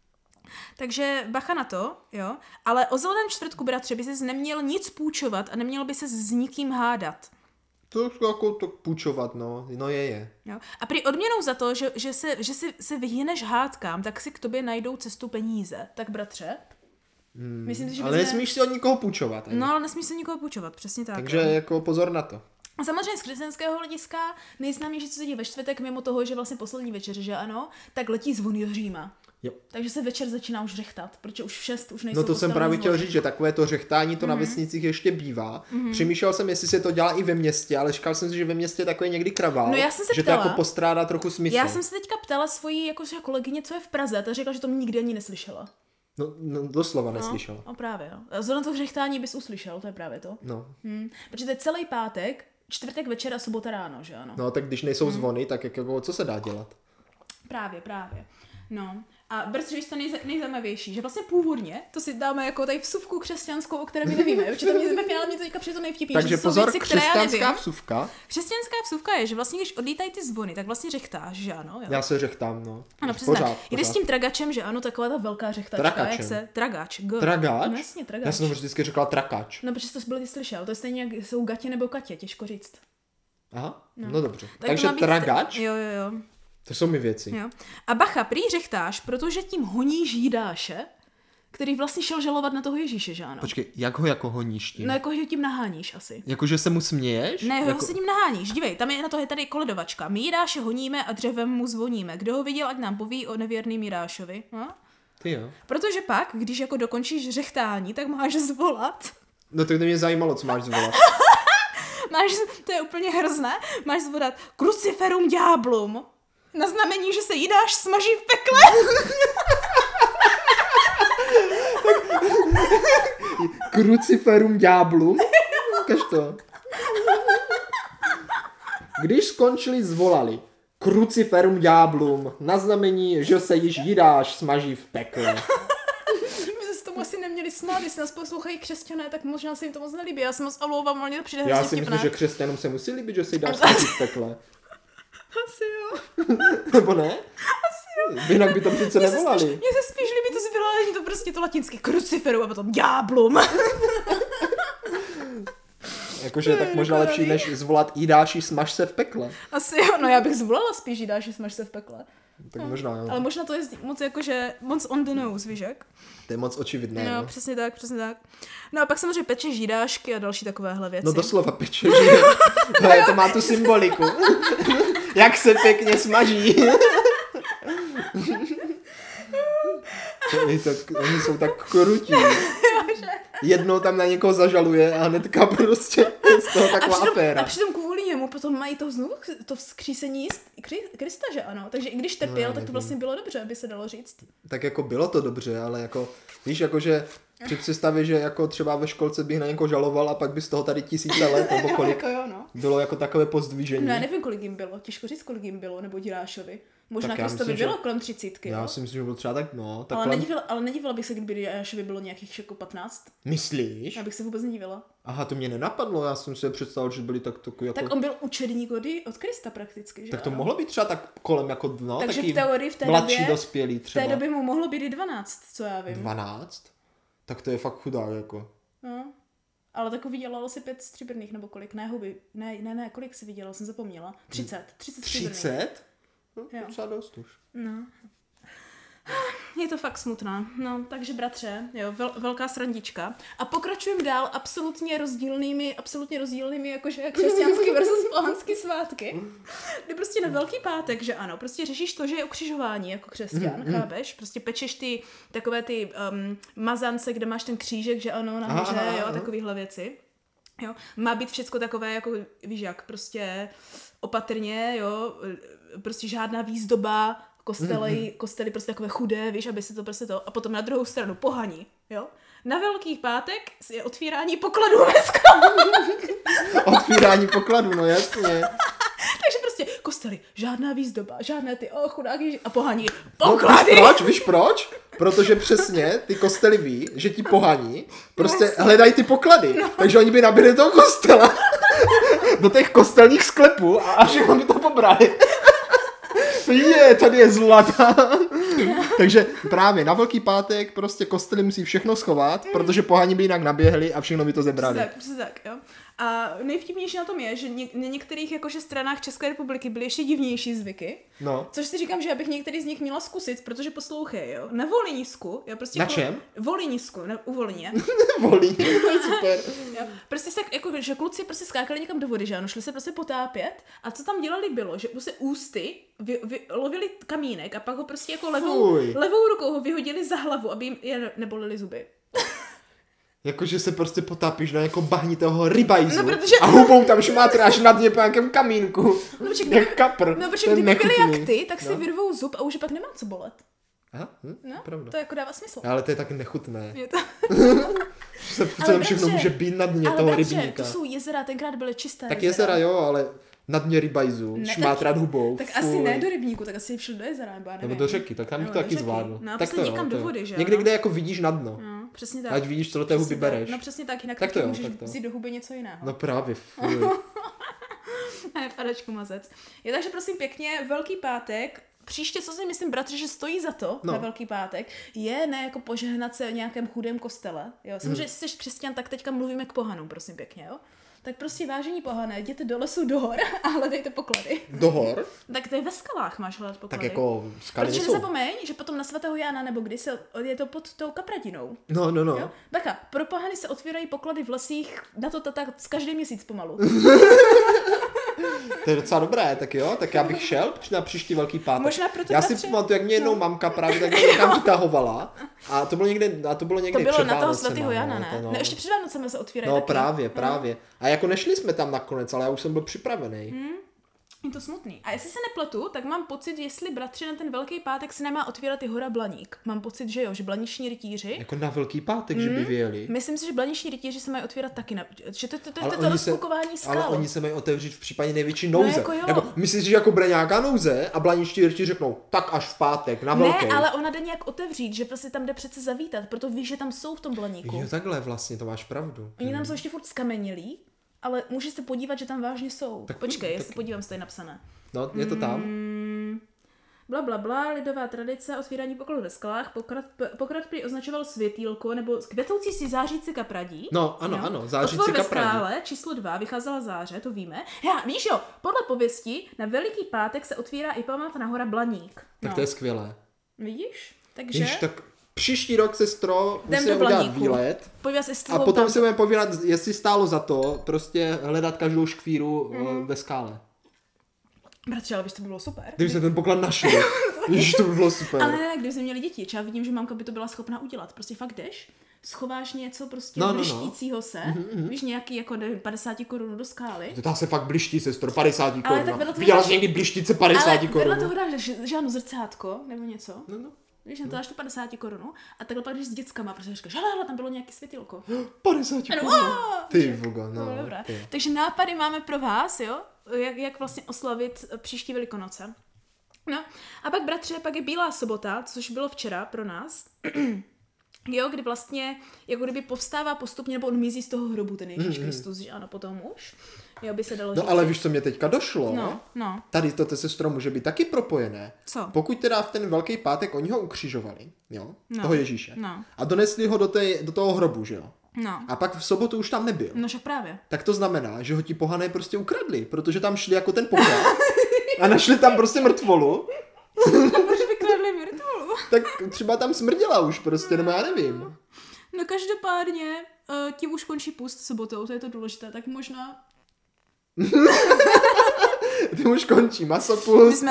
Takže bacha na to, jo. Ale o zeleném čtvrtku, bratře, by ses neměl nic půjčovat a neměl by ses s nikým hádat. To jako to půjčovat, no je. Jo. A prý odměnou za to, že se vyhneš hádkám, tak si k tobě najdou cestu peníze. Tak bratře, myslím si, že ale nesmíš si od nikoho půjčovat. No, ale nesmíš si od nikoho půjčovat, přesně tak. Takže jako pozor na to. A samozřejmě z křesťanského hlediska nejznámější, co se děje ve čtvrtek, mimo toho, že vlastně poslední večer, že ano, tak letí zvony do Říma. Jo. Takže se večer začíná už řechtat, protože už v 6 už nejsou. No to jsem právě chtěl říct, že takové to řechtání to na vesnicích ještě bývá. Přemýšlel jsem, jestli se to dělá i ve městě, ale říkal jsem si, že ve městě je takový někdy kravál. No já jsem se že ptala, to jako postrádá trochu smysl. Já jsem se teďka ptala svoji jakože kolegyně, co je v Praze, a ta řekla, že to nikdy ani neslyšela. No doslova neslyšela. No právě, jo. A zrovna to řechtání bys uslyšel, to je právě to. No. Protože to je celý pátek, čtvrtek večer a sobota ráno, že ano. No tak když nejsou zvony, tak jako co se dá dělat? Právě. No. A brzy, víš, to nejzajímavější, že vlastně původně, to si dáme jako tady vsuvku křesťanskou, o které my nevíme, protože to mě to teďka přijde to nejvtipnější. Takže pozor, křesťanská vsuvka. Křesťanská vsuvka je, že vlastně když odlítají ty zvony, tak vlastně řechtáš, že ano? Jo? Já se řechtám, no. Ano, přesně. Jdeš s tím tragačem, že ano, taková ta velká řechtačka, jak se... Tragač. Tragač? No, jasně, tragač. Já jsem to vždycky řekla trakač. No, protože to byl ty slyšel, to je stejně jak jsou gatě nebo katě, těžko říct. Aha, no dobře. Takže tragač? Jo. To jsou mi věci. Jo. A bacha, prý řechtáš, protože tím honíš Jidáše, který vlastně šel žalovat na toho Ježíše, že ano? Počkej, jak ho jako honíš tím? No jako ho tím naháníš asi. Jakože se mu směješ? Ne, ho se tím naháníš. Dívej, tam je na to je tady koledovačka. My Jidáše honíme a dřevem mu zvoníme. Kdo ho viděl, ať nám poví o nevěrným Jidášovi. No? Ty jo. Protože pak, když jako dokončíš řechtání, tak máš zvolat. No to mě zajímalo, co máš zvolat. To je úplně hrozné. Máš zvolat Cruciferum diablum. Na znamení, že se Jidáš smaží v pekle. Cruciferum diablum. Ukaž to. Když skončili, zvolali Cruciferum diablum, na znamení, že se již Jidáš smaží v pekle. My se s tomu asi neměli smát, když nás poslouchají křesťané, tak možná se jim to moc nelíbí. Já se moc omlouvám, ale mě to přijde Já hrozně si myslím, vtipné. že křesťanům se musí líbit, že se Jidáš smaží v pekle. Asi jo. Nebo ne? Asi jo. Jinak by to přece nevolali. Mně se spíš líbí to zvylání, to prostě to latinské Cruciferum a potom diablum. Jakože tak možná lepší, než zvolat Jidáši smaž se v pekle. Asi jo, no já bych zvolala spíš Jidáši smaž se v pekle. Tak možná jo. Ale možná to je moc jakože, moc on the nose, víš jak? To je moc očividné. No, No, přesně tak, přesně tak. No a pak samozřejmě pečeš Jidášky a další takovéhle věci. no doslova peče, že to má tu symboliku. Jak se pěkně smaží. Oni jsou tak krutí. Jednou tam na někoho zažaluje a hnedka prostě z toho taková aféra. A přitom kvůli němu potom mají to znovu to vzkřísení Krista, že ano? Takže i když trpěl, tak to vlastně bylo dobře, aby se dalo říct. Tak jako bylo to dobře, ale jako, víš, jakože při představě, že jako třeba ve školce bych na někoho žaloval a pak by z toho tady 1000 let, nebo kolik jako jo, no. bylo jako takové pozdvižení. No já nevím, kolik jim bylo, těžko říct, kolik jim bylo, nebo Jidášovi. Možná Tak já Kristovi myslím, bylo že- kolem 30, jo? Já si myslím, že bylo třeba tak, no. Tak Ale, kolem... nedivila bych se, kdyby Jidášovi bylo nějakých jako 15. Myslíš? Já bych se vůbec nedivila. Aha, to mě nenapadlo, já jsem si představil, že byli tak jako... Tak on byl učedník od Krista prakticky, že Tak to ano? mohlo být třeba tak kolem jako, no, Takže taky v teorii v té mladší době, dospělí v třeba. té době mu mohlo být i 12, co já vím. 12? Tak to je fakt chudák, jako. No. Ale tak vydělal asi 5 stříbrných, nebo kolik? Ne, huby. Ne, kolik si vydělal, jsem zapomněla. 30 stříbrných. 30? No, Jo. docela dost už. No. Je to fakt smutná. No, takže bratře, jo, velká srandička. A pokračujeme dál absolutně rozdílnými jakože křesťanský versus pohanský svátky. Kdy prostě na Velký pátek, že ano, prostě řešíš to, že je ukřižování jako křesťan, chápeš? Prostě pečeš ty takové ty mazance, kde máš ten křížek, že ano, nahoře, jo, takovýhle věci. Jo, má být všecko takové, jako víš jak, prostě opatrně, jo, prostě žádná výzdoba, kostely prostě takové chudé, víš, aby se to prostě to, a potom na druhou stranu pohani, jo. Na Velký pátek je otvírání pokladů ve Otvírání pokladu, no jasně. Takže prostě kostely, žádná výzdoba, žádné ty, chudáky, a pohani, No, poklady! víš proč? Protože přesně ty kostely ví, že ti pohaní prostě hledají ty poklady. No. Takže oni by nabili do toho kostela. Do těch kostelních sklepů a všechno by to pobrali. Tady je zlata. Takže právě na Velký pátek prostě kostely musí všechno schovat, protože pohani by jinak naběhli a všechno by to zebrali. Přesně tak, jo. A nejvtipnější na tom je, že na některých jakože stranách České republiky byly ještě divnější zvyky. No. Což si říkám, že já bych některý z nich měla zkusit, protože poslouchej, jo. Na Volinisku, jo, prostě Na čem? Volinisku, u Volině. Volí, to je super. Jo. Prostě se, jako, že kluci prostě skákali někam do vody, že ano, šli se prostě potápět a co tam dělali bylo, že prostě ústy lovili kamínek a pak ho prostě jako levou rukou ho vyhodili za hlavu, aby jim je nebolily zuby. Jakože se prostě potápíš na nějakou bahnitého rybajzu protože... a hubou tam šmátráš nad ně po nějakém kamínku. Jak kapr. No, protože kdyby byli jak ty, tak si vyrvou zub a už je pak nemá co bolet. Aha, pravda. To jako dává smysl. Ale to je tak nechutné. Je to... Co tam všechno může být na dně toho rybníka. To jsou jezera, tenkrát byly čisté tak jezera jo, ale na dně rybajzu, šmátrat hubou. Tak asi ne do rybníku, tak asi šli do jezera, nebo já nevím. Nebo do řeky, tak tam bych to taky zvládl. No, tak to někam do vody, že jo? Někde, kde jako vidíš na dno. No, přesně tak. Ať vidíš, co do té huby bereš. No přesně tak, jinak tak taky to můžeš tak to. vzít do huby něco jiného. No právě, fuj. Ne, padačku mazec. Je takže prosím pěkně, Velký pátek, příště, co si myslím, bratře, že stojí za to na Velký pátek, je ne jako požehnat se o nějakém chudém kostele. Jo? Samozřejmě, jestli jsi křesťan, tak teďka mluvíme k pohanům, prosím pěkně, jo? Tak prostě vážení pohané, jděte do lesu do hor a hledejte poklady. Do hor? Tak to je ve skalách máš hledat poklady. Tak jako skaly Protože nejsou. nezapomeň, že potom na svatého Jána nebo kdy je to pod tou kapradinou. No. Jo? Beka, pro pohany se otvírají poklady v lesích na to tak každý měsíc pomalu. To je docela dobré, tak jo, tak já bych šel na příští Velký pátek. Možná proto já si pamatuju, jak mě jednou mamka právě tak někam vytahovala a to bylo někde To bylo před na toho Vánocema, svatého Jana, ne? no. Ne, ještě před Vánocema se otvírají No taky. právě. A jako nešli jsme tam nakonec, ale já už jsem byl připravený. Je to smutný. A jestli se nepletu, tak mám pocit, jestli bratři na ten Velký pátek se nemá otvírat i hora Blaník. Mám pocit, že jo, že blaniční rytíři. Jako na Velký pátek, že by vyjeli. Myslím si, že blaniční rytíři se mají otvírat taky. Že to je to Ale rozpukování skál. Ale oni se mají otevřít v případě největší nouze. jako jo. Jako, myslíš, že jako bude nějaká nouze a blaničtí rytíři řeknou, tak až v pátek, na Velký. Ne, ale ona jde nějak otevřít, že prostě tam jde přece zavítat, proto víš, že tam jsou v tom Blaníku. Jo, takhle vlastně, to máš pravdu. Oni tam jsou ještě furt skamenělí, ale můžeš se podívat, že tam vážně jsou. Tak Počkej, já tak- se podívám, co je napsané. No, je to tam. Bla, bla, bla, lidová tradice, otvírání pokladu ve skalách, pokrat prý označoval světýlko nebo květoucí si zářící kapradí. No, ano, Jo. ano, zářící Otvor ve kapradí. skále, číslo 2, vycházela záře, to víme. Já, víš jo, podle pověsti, na Veliký pátek se otvírá i památná hora Blaník. Tak to je skvělé. Vidíš? Takže Víš, tak příští rok, sestro, jdem musíme do udělat Blaníku. výlet. Podívej se s A potom si budeme povídat, jestli stálo za to prostě hledat každou škvíru ve skále. Bratře, ale víš, to by bylo super. Kdyby jsme ten poklad našli. Víš, to by bylo super. Ale ne, kdyby jsme měli děti, třeba vidím, že mamka by to byla schopná udělat. Prostě fakt jdeš, schováš něco prostě blištícího se, víš, nějaký jako 50 korun do skály. To se fakt bliští, sestro, 50 Ale korun. tak vedle toho Viděla dáš- jsi někdy blištice 50 Ale korun? vedle toho dáš žádnou zrcátko nebo něco. No. Víš, na to dáš tu 50 korunu a takhle pak jdeš s dětskama, protože říkáš, hele, tam bylo nějaký světýlko. 50 korun. Ty voga, No, no. dobré. ty. Takže nápady máme pro vás, jo, jak vlastně oslavit příští Velikonoce. No, a pak bratře, pak je Bílá sobota, což bylo včera pro nás. Jo, kdy vlastně, jako kdyby povstává postupně, nebo on mizí z toho hrobu, ten Ježíš Kristus, že ano, potom už. Jo, by se dalo říct. No ale víš, co mě teďka došlo? No. Tady to sestro může být taky propojené. Co? Pokud teda v ten Velký pátek oni ho ukřižovali, jo, toho Ježíše. No. A donesli ho do toho hrobu, že jo. No. A pak v sobotu už tam nebyl. No však právě. Tak to znamená, že ho ti pohané prostě ukradli, protože tam šli jako ten poklad a našli tam prostě mrtvolu. Proč vykradli mrtvolu? Tak třeba tam smrděla už prostě, nebo já nevím. No každopádně, tím už končí půst sobotou, to je to důležité, tak možná... Ty už končí masopust, My jsme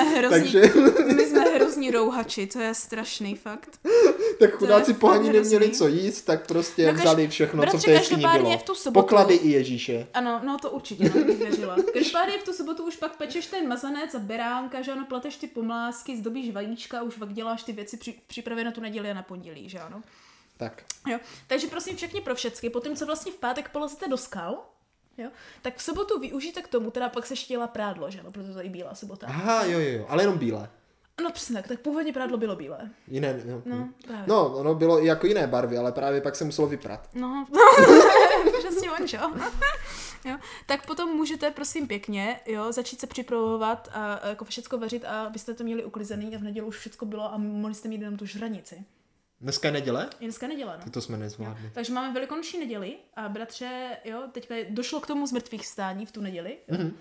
hrozní rouhači, to je strašný fakt. tak chudáci fakt pohaní neměli hrozný. co jíst, tak prostě vzali všechno, co v bratře, té jeskyni každopádně bylo. v tu sobotu- Poklady i Ježíše. Ano, no to určitě, no, to bych věřila. Každopádně v tu sobotu už pak pečeš ten mazanec a beránka, že ano, plateš ty pomlásky, zdobíš vajíčka, už pak děláš ty věci připravě na tu neděli a na pondělí, že ano. Tak. Jo, takže prosím všechny pro všecky, potom co vlastně v pátek polezete do skal, jo, tak v sobotu využijte k tomu, teda pak se štěla prádlo, že ano, proto to je Bílá sobota. Aha, jo, ale jenom bílé. No přesně tak původně prádlo bylo bílé. Jiné, jo. No, právě. No, ono bylo i jako jiné barvy, ale právě pak se muselo vyprat. No, přesně ončo. Jo, tak potom můžete, prosím pěkně, jo, začít se připravovat a jako všecko vařit a byste to měli uklizený a v neděli už všecko bylo a mohli jste mít jenom tu žranici. Dneska je neděle? Je dneska neděle, no. To jsme nezvládli. Takže máme velikonoční neděli a bratře, jo, teďka došlo k tomu z mrtvých vstání v tu neděli.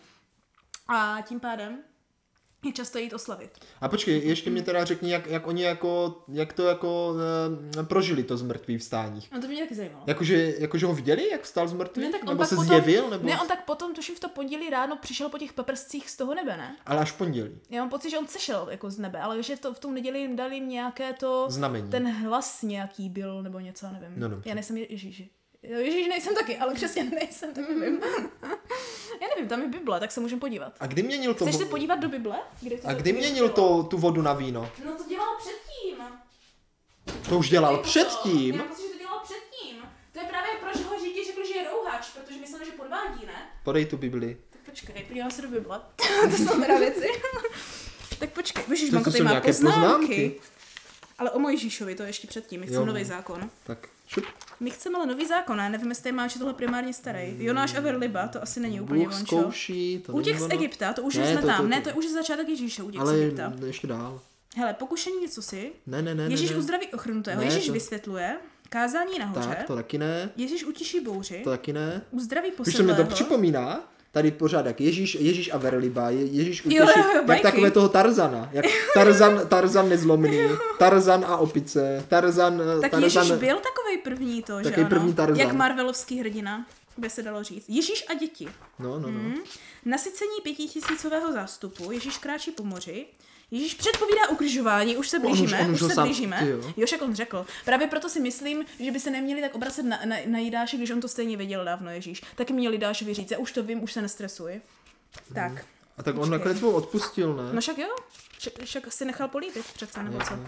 A tím pádem je často jít oslavit. A počkej, ještě mě teda řekni, jak oni jak to prožili to zmrtvý vstání. No to mě taky zajímalo. Jakože ho viděli, jak vstal z mrtvých? Ne, tak on Nebo pak se potom, zjevil? Nebo... Ne, on tak potom, tuším v to pondělí ráno, přišel po těch paprscích z toho nebe, ne? Ale až v pondělí. Já mám pocit, že on sešel jako z nebe, ale že v tom neděli jim dali jim nějaké to... Znamení. Ten hlas nějaký byl, nebo něco, nevím. No, dobře. Já nejsem Ježíši. Ježíš nejsem taky, ale přesně nejsem, tak nevím. Já nevím, tam je Bible, tak se můžeme podívat. A kdy měnil to... Chceš se podívat do Bible? Kdy měnil tu vodu na víno? No to dělal předtím. To už dělal předtím. Já myslím, že to dělal předtím. To je právě proč ho Židi řekli, že je rouhač, protože mysleli, že podvádí, ne? Podej tu Bibli. Tak počkej, podívám se do Bible. To jsou teda věci. Tak počkej, víš, To mám jsou tady má nějaké poznámky. Ale o Mojžíšovi, to je ještě předtím, my chceme Jo. nový zákon. Tak šup. My chceme ale nový zákon, ne? Nevím, jestli máš tohle primárně starý. Jonáš a Verliba, to asi není úplně Bůh vončo. zkouší, to Útěk není z ono. Egypta, to už Ne, jsme to- tam. to- Ne, to je už začátek Ježíše, útěk z Ale Egypta. ještě dál. Hele, pokušení něco si. Ne. Ježíš ne. uzdraví ochrnutého, Ne, Ježíš to- vysvětluje, kázání nahoře, Tak, to taky ne. Ježíš utiší bouři, To taky ne. uzdraví Víš, co mě to posedlého. připomíná? Tady pořád jak Ježíš a Verliba, Ježíš Jo, utěší, bajky. jak takové toho Tarzana. Jak Tarzan nezlomný, Tarzan a opice, Tarzan... Tak Ježíš byl takovej první to, že Takovej ano? první Tarzan. Jak marvelovský hrdina, by se dalo říct. Ježíš a děti. No. Nasycení 5000 zástupu, Ježíš kráčí po moři, Ježíš předpovídá ukřižování, už se blížíme, on už ho se sám- blížíme. ty jo. Jo, však on řekl. Právě proto si myslím, že by se neměli tak obracet na Jidáše, když on to stejně věděl dávno, Ježíš. Taky měl Jidášovi říct, já už to vím, už se nestresuj. Tak. A tak on nakonec mu odpustil, ne? No však jo, však si nechal políbit přece, nebo co.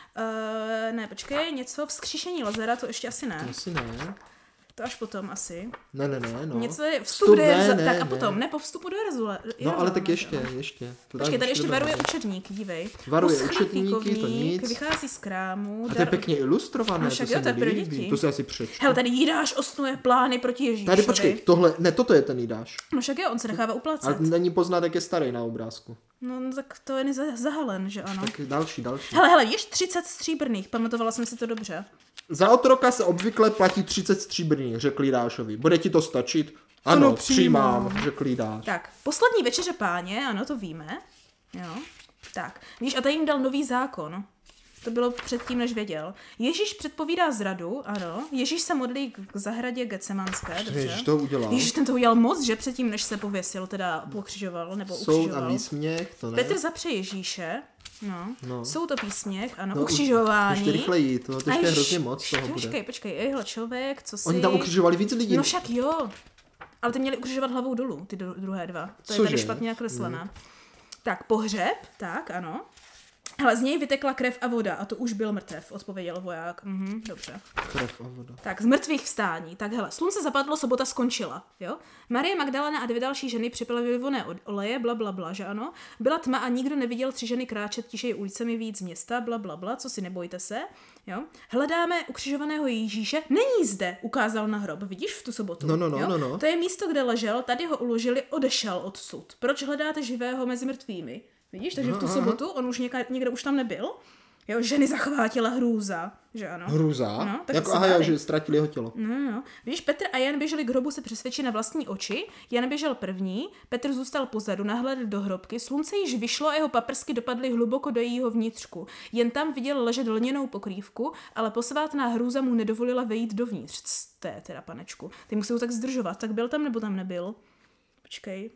Ne, počkej, něco vzkříšení Lazara, to ještě asi ne. To asi ne. To až potom asi. Ne, no. Něco je vstup tak a potom, ne po vstupu do Jeruzaléma. No ale tak ještě. Počkej, tady ještě varuje učedník, dívej. Varuje učedníky, to nic. Vychází z krámu. A to je pěkně ilustrované, no, však to jo, se mi pro líbí. děti. To si asi přečtu. Hele, tady Jidáš osnuje plány proti Ježíšovi. Tady počkej, toto je ten Jidáš. No však jo, on se nechává uplacet. Ale není poznat, jak je starý na obrázku. No tak to je zahalen, že ano. Tak další. Hele, víš, 30 stříbrných, pamatovala jsem si to dobře. Za otroka se obvykle platí 30 stříbrných, řekl Jidášovi. Bude ti to stačit? Ano, přijímám, řekl Jidáš. Tak, poslední večeře páně, ano, to víme. Jo. Tak, víš, a tady jim dal nový zákon. To bylo předtím, než věděl. Ježíš předpovídá zradu, ano. Ježíš se modlí k zahradě Getsemanské, dobře. Ježíš to udělal. Ježíš ten to udělal moc, že předtím, než se pověsil, teda pokřižoval, nebo ukřižoval. Soud a výsměch, to ne. Petr zapře Ježíše, no. Soud a výsměch, ano, no, ukřižování. Ještě rychleji, to ještě je hrozně moc toho bude. Počkej, jehle člověk, co si... Oni tam ukřižovali víc lidí. No však jo, ale ty měli ukřižovat hlavou dolů, ty druhé dva. To je tady špatně nakreslená. Tak, pohřeb, tak, ano. Hele, z něj vytekla krev a voda a to už byl mrtev, odpověděl voják. Dobře. Krev a voda. Tak, z mrtvých vstání. Tak hele, slunce zapadlo, sobota skončila, jo? Marie Magdalena a 2 další ženy připily vyvoné oleje, blablabla, že ano? Byla tma a nikdo neviděl 3 ženy kráčet tišeji ulicemi víc z města, blablabla, co si nebojte se, jo? Hledáme ukřižovaného Ježíše, není zde, ukázal na hrob, vidíš v tu sobotu, No. To je místo, kde ležel, tady ho uložili, odešel odsud. Proč hledáte živého mezi mrtvými? Vidíš, takže v tu sobotu on už někde už tam nebyl. Jo, ženy zachvátila hrůza, že ano. Hrůza? No, tak jako, aha, že ztratili jeho tělo. No. Vidíš, Petr a Jan běželi k hrobu se přesvědčit na vlastní oči. Jan běžel první, Petr zůstal pozadu, nahlédl do hrobky. Slunce již vyšlo a jeho paprsky dopadly hluboko do jejího vnitřku. Jen tam viděl ležet lněnou pokrývku, ale posvátná hrůza mu nedovolila vejít dovnitř. To je teda, panečku. Ty musí ho tak zdržovat. Tak byl tam nebo tam nebyl? Počkej.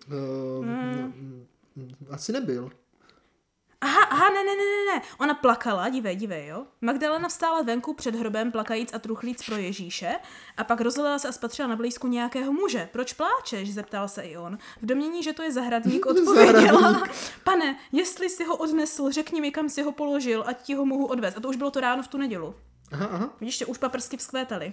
Asi nebyl. Aha, ne. Ona plakala, dívej, jo. Magdalena vstála venku před hrobem plakajíc a truchlíc pro Ježíše a pak rozhledala se a spatřila na blízku nějakého muže. Proč pláčeš? Zeptal se i on. V domnění, že to je zahradník, odpověděla. Pane, jestli si ho odnesl, řekni mi, kam si ho položil, ať ti ho mohu odvést. A to už bylo to ráno v tu nedělu. Aha. Vidíš, že už paprsky vzkvétaly.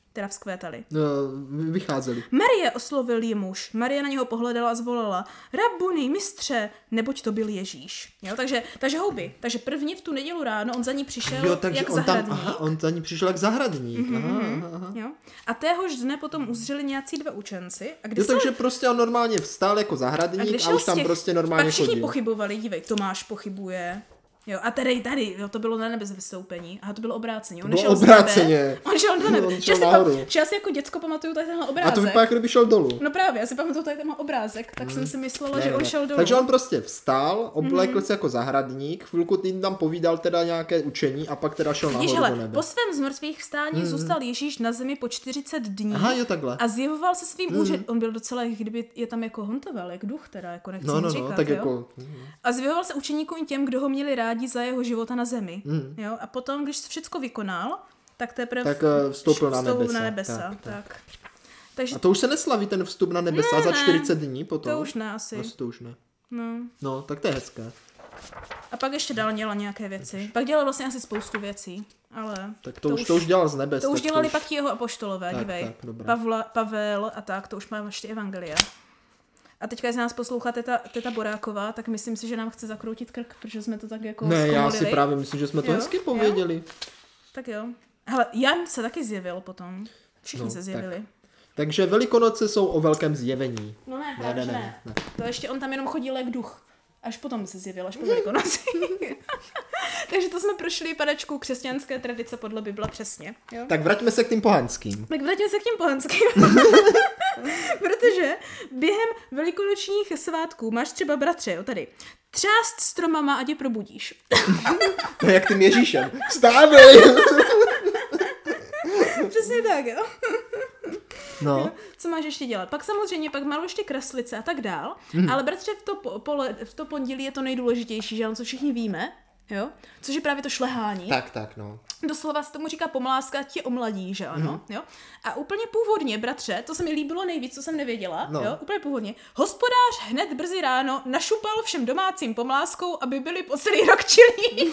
Vycházeli. Marie, oslovil ji muž. Marie na něho pohledala a zvolala: Rabuni, mistře, neboť to byl Ježíš. Jo, takže houby. Takže první v tu nedělu ráno on za ní přišel jak zahradník. On za ní přišel jak zahradník. Aha. Jo. A téhož dne potom uzřeli nějací 2 učenci. A takže prostě on normálně vstal jako zahradník a už tam prostě normálně pak všichni chodil. pochybovali, dívej, Tomáš pochybuje. Jo, a tady, jo, to bylo na nebe z vystoupení. A to bylo obráceně. On šel obráceně. On šel do nebe. Já si jako děcko pamatuju tady tenhle obrázek. A to vypadá, jako kdyby šel dolů. No právě, já si pamatuju tady tenhle obrázek, tak jsem si myslela, že on šel dolů. Takže on prostě vstal, oblékl se jako zahradník, chvilku tým tam povídal teda nějaké učení a pak teda šel nahoru do nebe. Po svém zmrtvých vstání zůstal Ježíš na zemi po 40 dní. Aha, jo, takhle. A zjevoval se svým úřadem. On byl docela, kdyby je tam jako hontoval, jak duch teda, jako nechci říkat, tak jo? jako... A zjevoval se učeníkům těm, kdo ho měli rádi za jeho života na zemi. Jo? A potom, když všechno vykonal, tak teprve vstoupil na nebesa. Tak. Takže... A to už se neslaví ten vstup na nebesa za 40 dní potom? To už ne asi. To už ne. No, tak to je hezké. A pak ještě dál dělal nějaké věci. Pak dělal vlastně asi spoustu věcí, ale... Tak to už dělal z nebes. To už dělali pak ti jeho apoštolové, dívej. Tak, Pavel a tak, to už má ještě evangelia. A teďka, jestli nás poslouchá teta Boráková, tak myslím si, že nám chce zakroutit krk, protože jsme to tak jako zkomolili. Já si právě myslím, že jsme to hezky pověděli. Jo? Tak jo. Hele, Jan se taky zjevil potom. Všichni se zjevili. Tak. Takže Velikonoce jsou o velkém zjevení. No ne. To ještě on tam jenom chodil jak duch. Až potom se zjevil, až po Velikonoci. Takže to jsme prošli, panečku, křesťanské tradice podle Bible přesně. Jo? Tak vraťme se k tím pohanským. Protože během velikonočních svátků máš třeba, bratře, jo, tady, třást stromama a tě probudíš. To je jak tím Ježíšem. Vstávej! Přesně tak, jo. No. Jo? Co máš ještě dělat? Pak samozřejmě, pak málo ještě kraslice a tak dál, ale bratře, v to pondělí je to nejdůležitější, že co všichni víme, jo, což je právě to šlehání. Tak, no. Doslova se tomu říká pomláska, tě omladí, že ano, jo. A úplně původně, bratře, to se mi líbilo nejvíc, co jsem nevěděla, jo, úplně původně. Hospodář hned brzy ráno našupal všem domácím pomláskou, aby byli po celý rok čilí.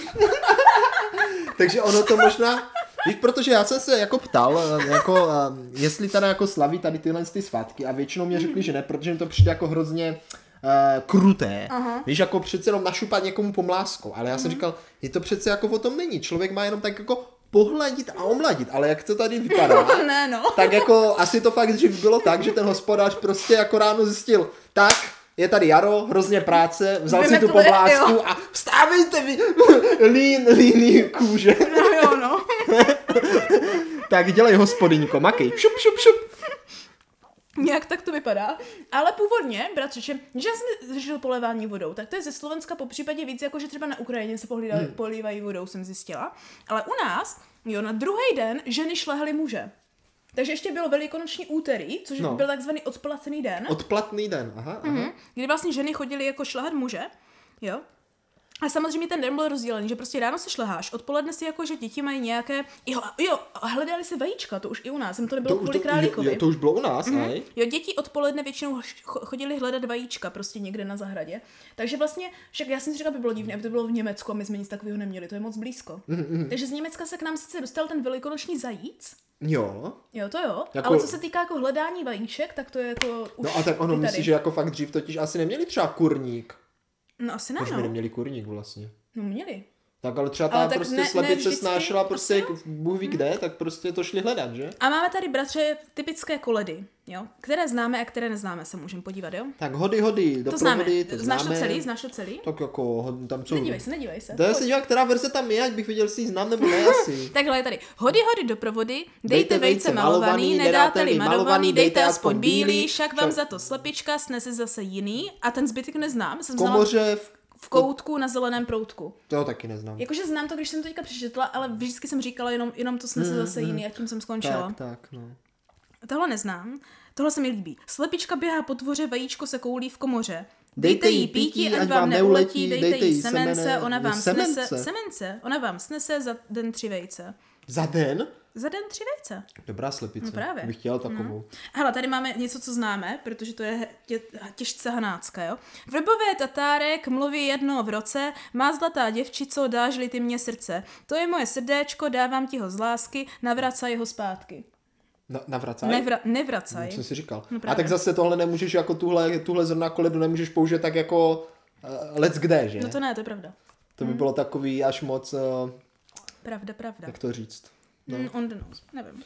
Takže ono to možná, víš, protože já jsem se jako ptal, jako, jestli teda jako slaví tady tyhle ty svátky a většinou mě řekli, že ne, protože mi to přijde jako hrozně kruté. Víš, jako přece jenom našupat někomu pomláskou, ale já jsem říkal, je to přece jako o tom není, člověk má jenom tak jako pohladit a omladit, ale jak to tady vypadá, Ne, no. tak jako asi to fakt dřív bylo tak, že ten hospodář prostě jako ráno zjistil, tak, je tady jaro, hrozně práce, vzal si tu pomlásku a vstávejte vy, líný kůže. No. Tak dělej hospodyňko, makej, šup. Nějak tak to vypadá. Ale původně, bratře, že já jsem řešil polévání vodou, tak to je ze Slovenska po případě víc, jako že třeba na Ukrajině se polívají vodou, jsem zjistila. Ale u nás, jo, na druhý den ženy šlehaly muže. Takže ještě bylo velikonoční úterý, což byl takzvaný odplatný den. Odplatný den, aha. Kdy vlastně ženy chodily jako šlehat muže, jo. A samozřejmě ten den byl rozdělený, že prostě ráno se šleháš, odpoledne si jako, že děti mají nějaké, jo, hledali si vajíčka, to už i u nás, to nebylo kvůli králíkovi. To už bylo u nás, ne? Jo, děti odpoledne většinou chodili hledat vajíčka prostě někde na zahradě. Takže vlastně, však já jsem si říkala, by bylo divné, aby to bylo v Německu a my jsme nic takového neměli, to je moc blízko. Takže z Německa se k nám sice dostal ten velikonoční zajíc. Jo, to jo, jako... ale co se týká jako hledání vajíček, tak to je jako už. No a tak ono myslí, že jako fakt dřív totiž asi neměli třeba kurník. No asi ne, Už by neměli kurník vlastně. No měli. Tak ale třeba ta prostě slepice snášela prostě Bůh ví kde, tak prostě to šli hledat, že? A máme tady, bratře, typické koledy, jo? Které známe a které neznáme, se můžeme podívat, jo? Tak hody, doprovody, to známe. Znáš to celý? Tak jako, tam co? Nedívej se. To já se dívám, která verze tam je, ať bych viděl, jestli ji znám nebo ne asi. Takhle je tady. Hody, doprovody, dejte vejce malovaný, nedáte-li malovaný, dejte aspoň bílý, však vám za to slepička snese zase jiný a ten zbytek neznám. Komoře v koutku na zeleném proutku. To taky neznám. Jakože znám to, když jsem to teďka přečetla, ale vždycky jsem říkala jenom to snese zase jiný a tím jsem skončila. Tak, no. Tohle neznám. Tohle se mi líbí. Slepička běhá po dvoře, vajíčko se koulí v komoře. Dejte jí pítí, ať vám neuletí, dejte jí semence, ona vám snese za den 3 vejce. Za den? Za den 3 vejce. Dobrá slepice. No právě. Bych chtěla takovou. Hele, tady máme něco, co známe, protože to je těžce hanácké, jo. Vrbové tatárek mluví jednou v roce, má zlatá děvčico, dáš-li ty mě srdce. To je moje srdéčko, dávám ti ho z lásky, navracaj ho zpátky. Navracaj? Nevracaj. Co jsi říkal? No a tak zase tohle nemůžeš, jako tuhle zrna koledu nemůžeš použít tak jako let's kde, že? No to ne, to je pravda. To by bylo takový až moc... Pravda. Jak to říct? No. On the nose, nevím.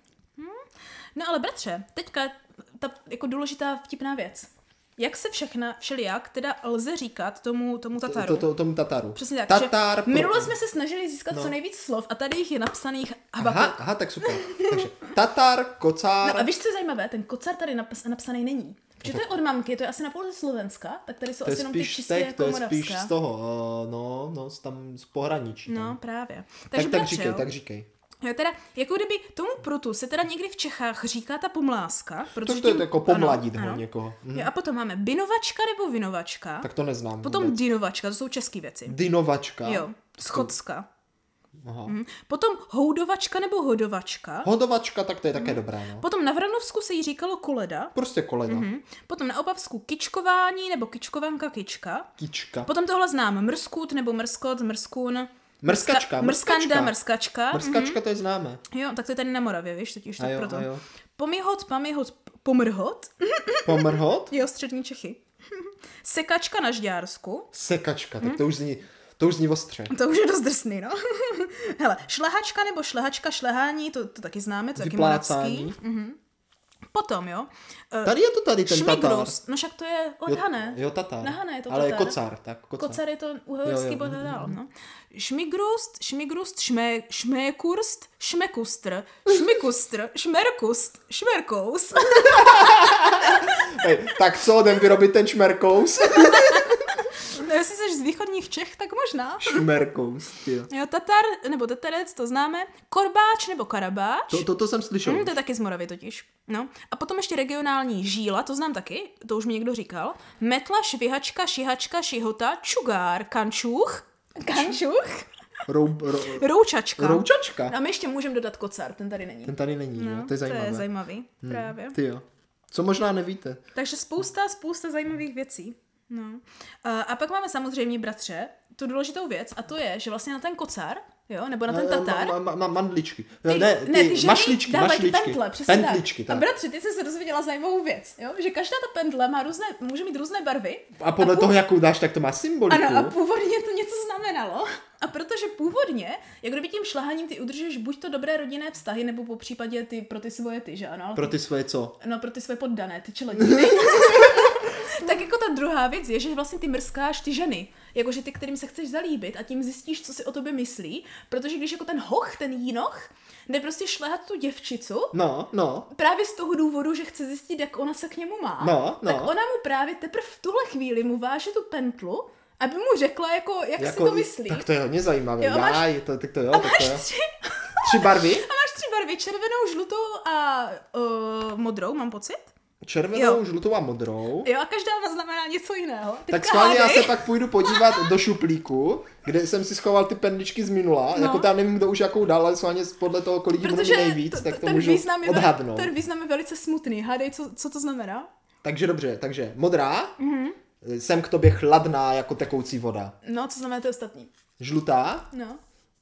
No ale bratře, teďka ta jako důležitá vtipná věc. Jak se všelijak teda lze říkat tomu Tataru? Tomu Tataru. Přesně tak. Minule jsme se snažili získat co nejvíc slov a tady jich je napsaných habakuk. Aha, tak super. Takže Tatar, kocár. No a víš, co je zajímavé? Ten kocár tady napsaný není. Protože to je od mamky, to je asi na půl ze Slovenska, tak tady jsou asi jenom ty čistě jako moravská. To je spíš z toho, tam z pohraničí. No právě. Takže tak říkej. Jo, teda, jako kdyby tomu prutu se teda někdy v Čechách říká ta pomláska. Protože to je jako pomladit ho někoho. Jo, a potom máme binovačka nebo vinovačka. Tak to neznám. Potom vůbec. Dinovačka, to jsou české věci. Dinovačka. Jo, schocka. Aha. Potom houdovačka nebo hodovačka. Hodovačka, tak to je také dobré. No. Potom na Vranovsku se jí říkalo koleda. Prostě koleda. Potom na Opavsku kičkování nebo kičkovanka kička. Kička. Potom tohle znám mrskut nebo mrskot, mrskun. Mrskačka. Mrskačka. Mrskačka, to je známé. Jo, tak to je tady na Moravě, víš, totiž tak proto. Jo. Pomihot, pomrhot. Pomrhot? Jo, střední Čechy. Sekačka na Žďársku. Sekačka, tak to už zní ostře. To už je dost drsný, no. Hele, šlehačka nebo šlehačka, šlehání, to taky známe, to je taky moravský. Potom, jo. Tady je to tady ten Tatar. No však to je od Hané. Jo, Tatar. Na Hané je to ale Tatar. Ale kocár, tak kocár. Kocár je to uherský bodadál, no. Šmigrust, šmékurst, šmekustr, šmerkust, šmerkous. Hej, tak co, jdem vyrobit ten šmerkous? No, jestli jsi z východních Čech, tak možná. Šmerkous, jo. Jo, Tatar, nebo Tatarec, to známe. Korbáč nebo karabáč. To jsem slyšel. To je taky z Moravy totiž. No. A potom ještě regionální žíla, to znám taky, to už mi někdo říkal. Metla, švihačka, šihačka, šihota, čugár, kančůch. Kančuch. Roučačka. A my ještě můžeme dodat kocar, ten tady není. Ten tady není, jo? To je zajímavé. To je zajímavý, právě. Ty jo. Co možná nevíte. Takže spousta zajímavých věcí. No. A pak máme samozřejmě, bratře, tu důležitou věc, a to je, že vlastně na ten kocar, jo, nebo na ten tatar. Mandličky. Ty ženy mašličky. pentle, přesně Pentličky, tak. A bratři, ty jsi se dozvěděla zajímavou věc, jo, že každá ta pendle může mít různé barvy. A podle toho, jakou dáš, tak to má symboliku. Ano, a původně to něco znamenalo. A protože původně, jak kdyby tím šlahaním ty udržuješ buď to dobré rodinné vztahy, nebo po případě pro ty svoje že ano? Pro ty svoje co? No, pro ty svoje poddané, ty čelediny. Tak jako ta druhá věc je, že vlastně ty mrskáš ty ženy, jakože ty, kterým se chceš zalíbit a tím zjistíš, co si o tobě myslí, protože když jako ten hoch, ten jínoch, jde prostě šlehat tu děvčicu, no. právě z toho důvodu, že chce zjistit, jak ona se k němu má, tak ona mu právě teprve v tuhle chvíli mu váže tu pentlu, aby mu řekla, jak si to myslí. Tak to je hodně zajímavé. Jo, máš 3 barvy? A máš 3 barvy, červenou, žlutou a modrou, mám pocit. Červenou, žlutou a modrou. Jo, a každá znamená něco jiného. Tak schválně já se pak půjdu podívat do šuplíku, kde jsem si schoval ty pendličky z minula. Jako tam nevím, kdo už jakou dal, ale schválně podle toho, kolik jim bude nejvíc, tak to můžu odhadnout. Ten význam je velice smutný. Hádej, co to znamená? Takže dobře, modrá, jsem k tobě chladná jako tekoucí voda. No, co znamená ty ostatní? Žlutá? No.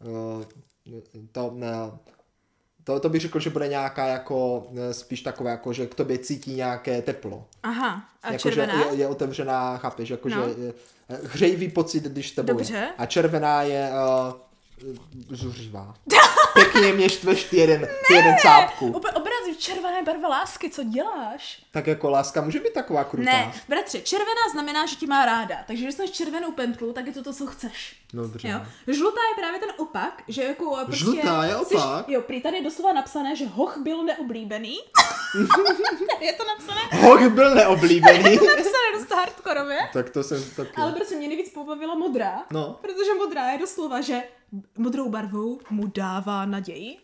To bych řekl, že bude nějaká jako spíš takové, jako že k tobě cítí nějaké teplo. Aha, a jako, červená? Že je otevřená, chápeš, jako že hřejivý pocit, když s tebou je. A červená je zuřivá. Pěkně mě štveš ty jeden cápku. Obrazí červené barva lásky, co děláš? Tak jako láska může být taková krutá. Ne, bratře, červená znamená, že ti má ráda. Takže když máš červenou pentlu, tak je to, co chceš. No, dobře. Jo? Žlutá je právě ten opak, že jako prostě... Žlutá je opak? Prý tady je doslova napsané, že hoch byl neoblíbený. Tady je to napsané. Hoch byl neoblíbený. Je to napsané dost hardkorově. Tak to jsem taky. Ale prostě mě nejvíc pobavila modrá. No. Protože modrá je doslova, že modrou barvou mu dává naději.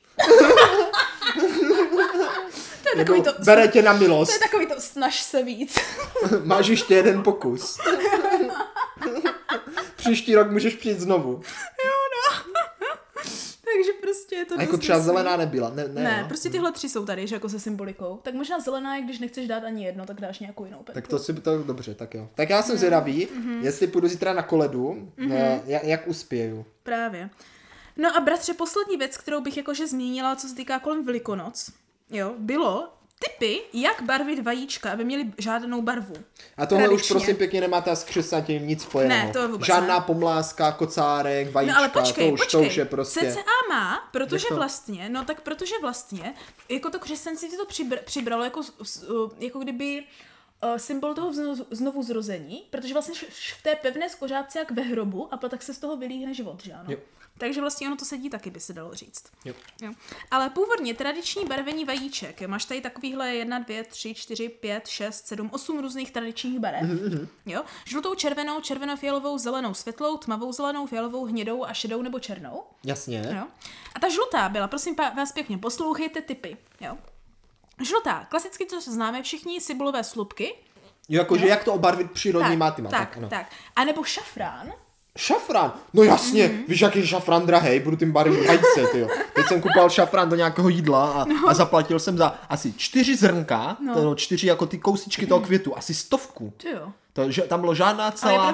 To je takový to... Bere tě na milost. To je takový to snaž se víc. Máš ještě jeden pokus. Příští rok můžeš přijít znovu. Jo, no. Takže prostě je to a jako třeba zelená nebyla. Ne, prostě tyhle 3 jsou tady, že jako se symbolikou. Tak možná zelená je, když nechceš dát ani jedno, tak dáš nějakou jinou pentlu. Tak to dobře, tak jo. Tak já jsem zvědavý, jestli půjdu zítra na koledu, jak uspěju. Právě. No a bratře, poslední věc, kterou bych jakože zmínila, co se týká kolem Velikonoc, jo, bylo tipy, jak barvit vajíčka, aby měly žádnou barvu. A tohle už prosím pěkně nemáte s křesťanstvím nic spojeného. Ne, to vůbec žádná ne. Pomlázka, kocárek, vajíčka, no ale počkej, to už je prostě. CCA má, protože vlastně, jako to křesťanství to přibralo jako kdyby symbol toho znovu zrození, protože vlastně v té pevné skořápce jak ve hrobu a pak se z toho vylíhne život, že ano? Jo. Takže vlastně ono to sedí taky, by se dalo říct. Jo. Ale původně tradiční barvení vajíček, máš tady takovýhle 1, 2, 3, 4, 5, 6, 7, 8 různých tradičních barev. Jo? Žlutou, červenou, červenofialovou, zelenou, světlou, tmavou zelenou, fialovou, hnědou a šedou nebo černou. Jasně. Jo? A ta žlutá byla, prosím vás pěkně, poslouchejte tipy. Jo? Žlutá, klasicky, co známe všichni, cibulové slupky. Jakože jak to obarvit přírodní mátima. Tak. A nebo šafrán. Šafrán? No jasně, víš, jak je šafrán drahej, budu tím barvit vajce, tyjo. Teď jsem kupoval šafrán do nějakého jídla a zaplatil jsem za asi 4 zrnka, 4 jako ty kousičky toho květu, asi 100. Tyjo. Tam bylo žádná celá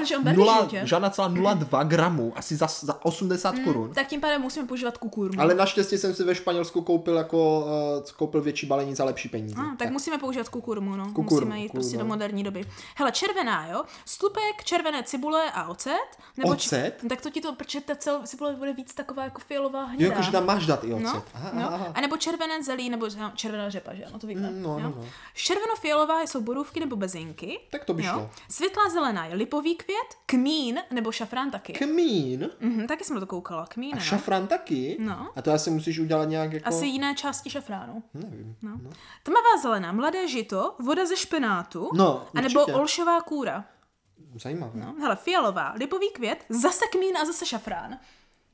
0,02 gramů, asi za 80 korun. Tak tím pádem musíme používat kukurmu. Ale naštěstí jsem si ve Španělsku koupil větší balení za lepší peníze. Tak musíme používat kukurmu, no. Musíme jít prostě do moderní doby. Hele, červená, jo? Slupek, červené cibule a ocet. Nebo ocet? Tak to ti to, protože ta cibule bude víc taková jako fialová hnědá. Jo, jakože tam máš dát i ocet. No, aha. A nebo červené zelí, nebo červená řepa, že ano, to víme. No. Červenofialová jsou borůvky nebo bezinky. Tak to by šlo. Světlá zelená je lipový květ, kmín nebo šafrán taky. Kmín? Taky jsem to koukala, kmín. A šafrán taky? No. A to asi musíš udělat nějak jako... Asi jiné části šafránu. Nevím. No. Tmavá zelená, mladé žito, voda ze špenátu, anebo olšová kůra. Zajímavé. No. Hele, fialová, lipový květ, zase kmín a zase šafrán.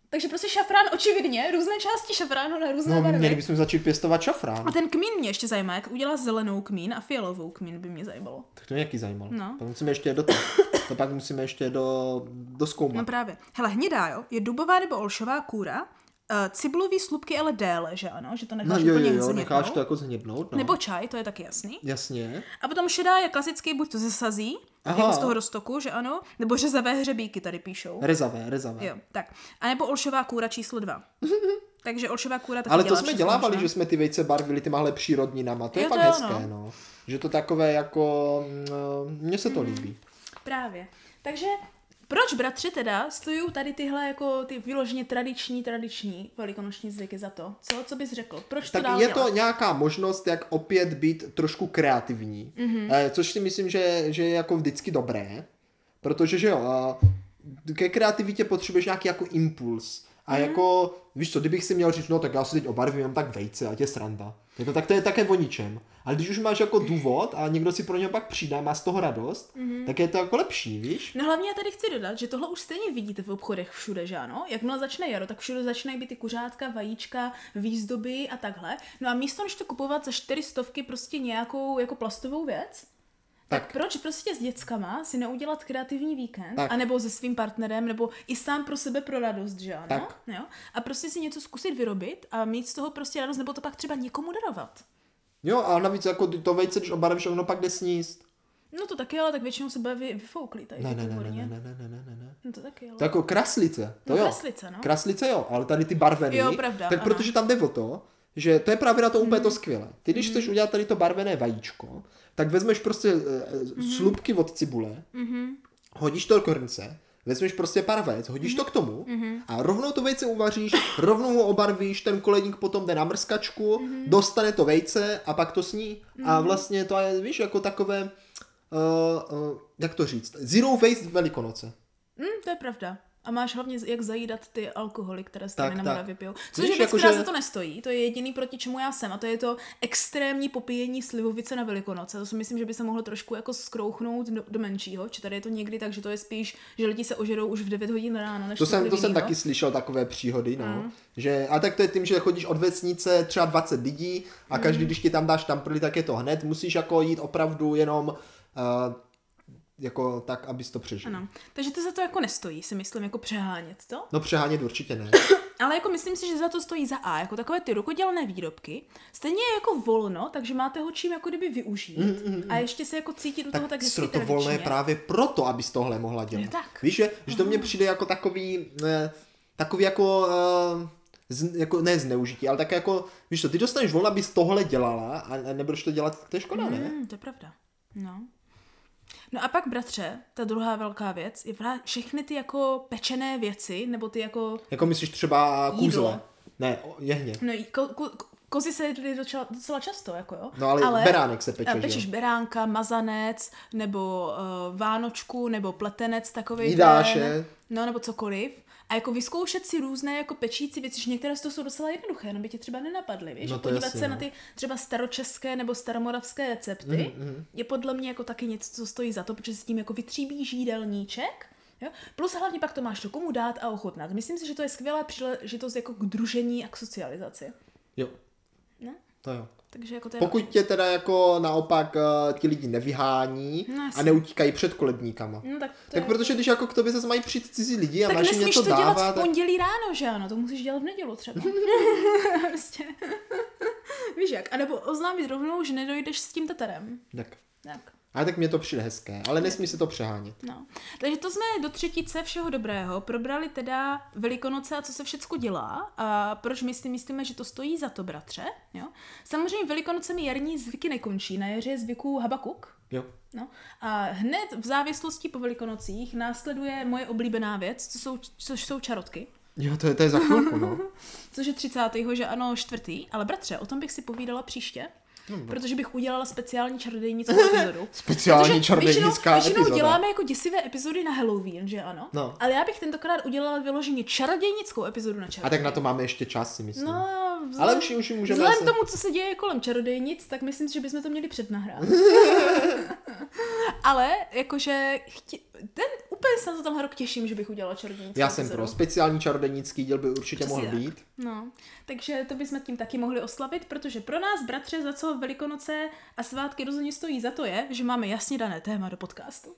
Takže prostě šafrán očividně, různé části šafránu na různé barvy. Měli bychom začít pěstovat šafrán. A ten kmín mě ještě zajímá, jak udělá zelenou kmín a fialovou kmín by mě zajímalo. Tak to mě jaký zajímalo. No. Pak musíme ještě to pak musíme ještě do zkoumat. No právě. Hele, hnědá, jo, je dubová nebo olšová kůra, cibulový slupky ale déle, že ano, že to necháš úplně zhnědnout. Necháš to jako zhnědnout, no. Nebo čaj, to je taky jasný. Jasně. A potom šedá je klasický buď to ze sazí, jako z toho roztoku, že ano, nebo řezavé hřebíky tady píšou. Rezavé. Jo, tak. A nebo olšová kůra číslo 2. Takže olšová kůra taky ale to dělá jsme dělávali, že jsme ty vejce barvili tymahle přírodninama. To je fakt hezké, no. Že to takové jako, mně se to líbí. Právě. Takže proč, bratři, teda stojí tady tyhle jako ty vyloženě tradiční velikonoční zvyky za to? Co bys řekl? Proč tak to dál je dělat? to nějaká možnost, jak opět být trošku kreativní. Což si myslím, že je jako vždycky dobré. Protože, že jo, ke kreativitě potřebuješ nějaký jako impuls. A jako, víš co, kdybych si měl říct, no tak já si teď obarvím tak vejce, ať je sranda. Jako, tak to je také o ničem. Ale když už máš jako důvod a někdo si pro něj pak přijde a má z toho radost, tak je to jako lepší, víš? No hlavně já tady chci dodat, že tohle už stejně vidíte v obchodech všude, že ano? Jakmile začne jaro, tak všude začínají být ty kuřátka, vajíčka, výzdoby a takhle. No a místo než to kupovat za 400 prostě nějakou jako plastovou věc, tak proč prostě s dětskama si neudělat kreativní víkend, anebo se svým partnerem, nebo i sám pro sebe pro radost, že ano? Tak. Jo? A prostě si něco zkusit vyrobit a mít z toho prostě radost, nebo to pak třeba někomu darovat. Jo, a navíc jako to vejce, když obarvíš, ono pak jde sníst. No to taky, ale tak většinou se bude vyfouklý tady. Ne. No to taky, ale... To jako kraslice, to no, jo. Kraslice, no. Kraslice jo, ale tady ty barvený, jo, pravda, tak ano. protože tam jde o to, že to je právě na to úplně to skvělé. Ty když chceš udělat tady to barvené vajíčko, tak vezmeš prostě slupky od cibule, hodíš to do kornce, vezmeš prostě pár vejc, hodíš to k tomu a rovnou to vejce uvaříš, rovnou ho obarvíš, ten koledník potom jde na mrskačku, dostane to vejce a pak to sní. A vlastně to je, víš, jako takové, jak to říct, zero waste Velikonoce. To je pravda. A máš hlavně jak zajídat ty alkoholy, které s těmi na Moravě pijou. Což víš, je věc, jako která že... za to nestojí. To je jediný, proti čemu já jsem. A to je to extrémní popíjení slivovice na Velikonoce. To si myslím, že by se mohlo trošku jako skrouchnout do menšího. Či tady je to někdy tak, že to je spíš, že lidi se ožerou už v 9 hodin ráno. Než to jsem taky slyšel takové příhody, no. Že, a tak to je tím, že chodíš od vesnice třeba 20 lidí a každý, když ti tam dáš tamprli, tak je to hned. Musíš jako jít opravdu jenom... jako tak, abys to přežil. Ano. Takže to za to jako nestojí, si myslím, jako přehánět to. No přehánět určitě ne. Ale jako myslím si, že za to stojí za A, jako takové ty rukodělné výrobky. Stejně je jako volno, takže máte ho čím jako kdyby využít. A ještě se jako cítit do toho tak hezky to volno je právě proto, abys tohle mohla dělat. No, tak. Víš, že to mně přijde jako takový jako jako ne zneužití, ale tak jako, víš co, ty dostaneš volno, abys tohle dělala a nebudeš to dělat, to je škoda, ne? To je pravda. No a pak, bratře, ta druhá velká věc je právě všechny ty jako pečené věci, nebo ty jako... Jako myslíš třeba kůzle? Ne, jehně. No kozy se jedí docela často, jako jo. No ale beránek se peče, pečeš beránka, mazanec, nebo vánočku, nebo pletenec takovej. Jídáše. No, nebo cokoliv. A jako vyzkoušet si různé jako pečící věci, že některé z toho jsou docela jednoduché, no by tě třeba nenapadly, víš? No podívat jasně, se na ty třeba staročeské nebo staromoravské recepty je podle mě jako taky něco, co stojí za to, protože s tím jako vytříbíš jídelníček, jo? Plus hlavně pak to máš to komu dát a ochutnat. Myslím si, že to je skvělá příležitost jako k družení a k socializaci. Jo. No? To jo. Takže jako to je pokud tě teda jako naopak ti lidi nevyhání a neutíkají před koledníkama. No, tak protože když jako k tobě zase mají přijít cizí lidi a máš jim něco dávat. Tak nesmíš to dělat v pondělí ráno, že ano? To musíš dělat v nedělu třeba. Prostě. Víš jak? A nebo oznámit rovnou, že nedojdeš s tím tatarem. Tak. Ale tak mě to přijde hezké, ale nesmí se to přehánět. No. Takže to jsme do třetice všeho dobrého probrali teda Velikonoce a co se všecko dělá a proč myslíme, že to stojí za to, bratře. Jo? Samozřejmě Velikonocemi jarní zvyky nekončí, na jaře je zvyků Habakuk. Jo. No. A hned v závislosti po Velikonocích následuje moje oblíbená věc, což jsou čarotky. Jo, to je za chvilku, no. Což je 30. že ano, 4. Ale bratře, o tom bych si povídala příště. Protože bych udělala speciální čarodějnickou epizodu. Speciální čarodějnická epizoda. Většinou děláme jako děsivé epizody na Halloween, že ano? No. Ale já bych tentokrát udělala vyloženě čarodějnickou epizodu na čarodějnice. A tak na to máme ještě čas, si myslím. No, ale už můžeme vzhledem k tomu, co se děje kolem čarodějnic, tak myslím si, že bychom to měli přednahrát. Ale jakože ten úplně se na to tenhle rok těším, že bych udělala čarodějnický. Já jsem pro. Speciální čarodějnický díl by určitě Přesně mohl tak. být. No, takže to bychom tím taky mohli oslavit, protože pro nás, bratře, za co Velikonoce a svátky rozhodně stojí za to je, že máme jasně dané téma do podcastu.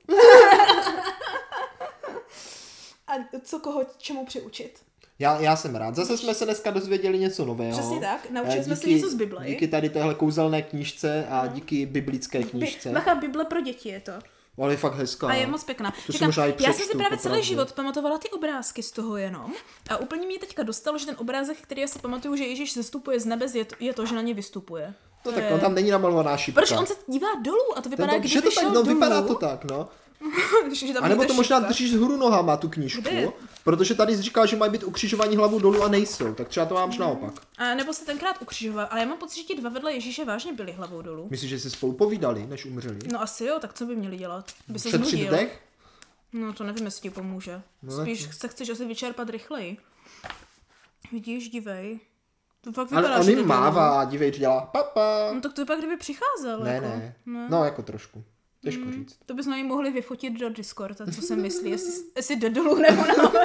A co koho čemu přiučit. Já jsem rád. Zase jsme se dneska dozvěděli něco nového. Přesně tak, naučili jsme se něco z Bible. Díky tady téhle kouzelné knížce a díky biblické knížce. Bacha, Bible pro děti je to. Ale je fakt hezká. A je moc pěkná. To Říkám, já jsem si právě celý život pamatovala ty obrázky z toho jenom. A úplně mě teďka dostalo, že ten obrázek, který já si pamatuju, že Ježíš zestupuje z nebe, je to, že na ně vystupuje. No tak on tam není namalovaná šipka. Proč on se dívá dolů a to vypadá, jak kdyby šel dolů. Vypadá to tak, no. A nebo to možná držíš vzhůru nohama, tu knížku, protože tady jsi říkal, že mají být ukřižovaní hlavu dolů a nejsou, tak třeba to máš naopak. A nebo se tenkrát ukřižoval, ale já mám pocit, že ti dva vedle Ježíše vážně byli hlavou dolů. Myslíš, že si spolu povídali, než umřeli? No asi jo, tak co by měli dělat? By se Šetřit znudil. dech? No to nevím, jestli ti pomůže. No, Spíš se chceš asi vyčerpat rychleji. Vidíš, dívej. To fakt Ale vypadá, on že jim mává a dívej, dělá papa. No tak to vypadá, kdyby přicházel. Ne, jako. ne. No jako trošku. Těžko říct. To bychom jim mohli vyfotit do Discord, a co se myslí, jestli jde dolů nebo nahoru.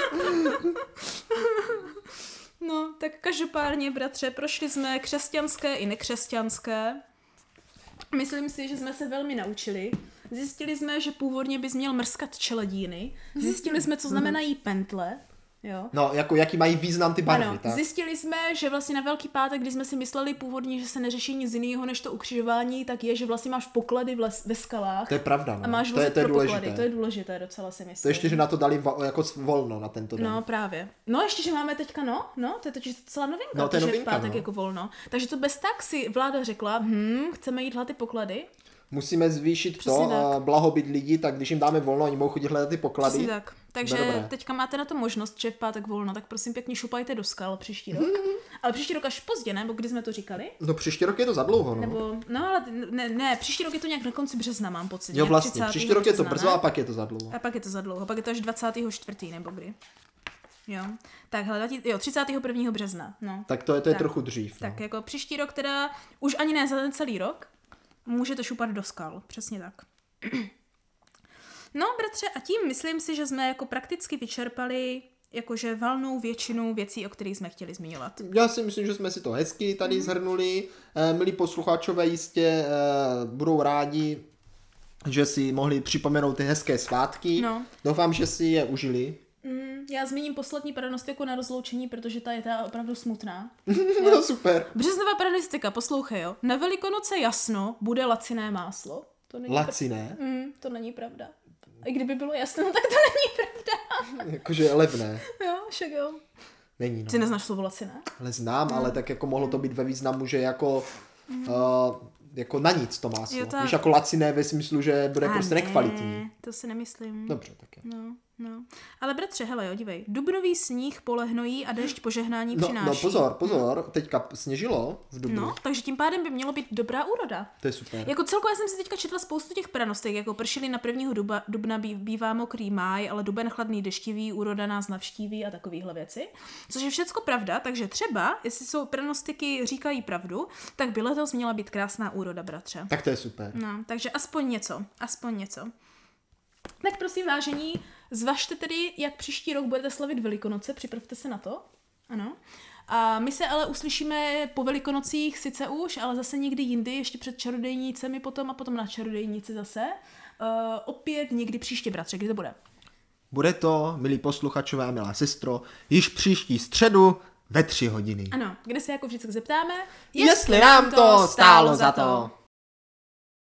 No, tak každopádně, bratře, prošli jsme křesťanské i nekřesťanské. Myslím si, že jsme se velmi naučili. Zjistili jsme, že původně bys měl mrskat čeledíny. Zjistili jsme, co znamenají pentle. Jo. No, jako jaký mají význam ty barvy, ano, tak? Zjistili jsme, že vlastně na Velký pátek, když jsme si mysleli původně, že se neřeší nic jiného než to ukřižování, tak je, že vlastně máš poklady ve skalách. To je pravda, no. A máš to je pro důležité. poklady. To je důležité, docela si myslím. To ještě, že na to dali jako volno na tento den. No právě. No ještě, že máme teďka, no, to je totiž celá novinka, No, to je že novinka, v pátek no. jako volno. Takže to bez tak si vláda řekla, chceme jít hledat ty poklady. Musíme zvýšit Přesně to blahobyt lidí, tak když jim dáme volno, oni mohou chodit hledat ty poklady. Přesně tak. Takže teďka máte na to možnost, že v pátek volno, tak prosím pěkně šupajte do skal příští rok. Ale příští rok až pozdě, nebo kdy jsme to říkali? No příští rok je to za dlouho, no. Nebo, no ale ne, příští rok je to nějak na konci března, mám pocit. Jo vlastně, příští rok je to brzo, ne? a pak je to za dlouho. A pak je to za dlouho, pak je to až 24. nebo kdy. Jo, tak hledat, 31. března, no. Tak to je trochu dřív, no. Tak jako příští rok teda, už ani ne za ten celý rok, můžete šupat do skal, přesně tak. No, bratře, a tím myslím si, že jsme jako prakticky vyčerpali jakože valnou většinu věcí, o kterých jsme chtěli zmiňovat. Já si myslím, že jsme si to hezky tady zhrnuli. Milí posluchačové jistě budou rádi, že si mohli připomenout ty hezké svátky. No. Doufám, že si je užili. Já zmíním poslední paranostiku na rozloučení, protože ta je opravdu smutná. No super. Březnová paranostika, poslouchej, jo. Na Velikonoce jasno, bude laciné máslo. To není Laciné? To není pravda. A kdyby bylo jasno, tak to není pravda. Jakože levné. Jo, však jo. Není, no. Ty neznáš slovo laciné? Ale znám, ale tak jako mohlo to být ve významu, že jako na nic to máslo. Jo, tak. Víš, jako laciné ve smyslu, že bude prostě nekvalitní. To si nemyslím. Dobře, tak je. No. Ale bratře, hele jo, dívej. Dubnový sníh polehnojí a déšť požehnání přináší. No pozor, teďka sněžilo v dubnu. No, takže tím pádem by mělo být dobrá úroda. To je super. Jako celkově jsem si teďka četla spoustu těch pranostek, jako pršely na 1. dubna bývá mokrý máj, ale duben chladný deštivý, úroda nás navštíví a takovéhle věci. Což je všecko pravda, takže třeba, jestli jsou pranostiky říkají pravdu, tak by letos měla být krásná úroda, bratře. Tak to je super. No, takže aspoň něco. Tak prosím, vážení, zvažte tedy, jak příští rok budete slavit Velikonoce, připravte se na to. Ano. A my se ale uslyšíme po Velikonocích sice už, ale zase někdy jindy, ještě před čarodejnicemi potom a potom na čarodejnici zase. Opět někdy příště, bratře, kdy to bude? Bude to, milí posluchačové a milá sestro, již příští středu ve 3 hodiny. Ano, kde se jako vždycky zeptáme, jestli nám to stálo za to.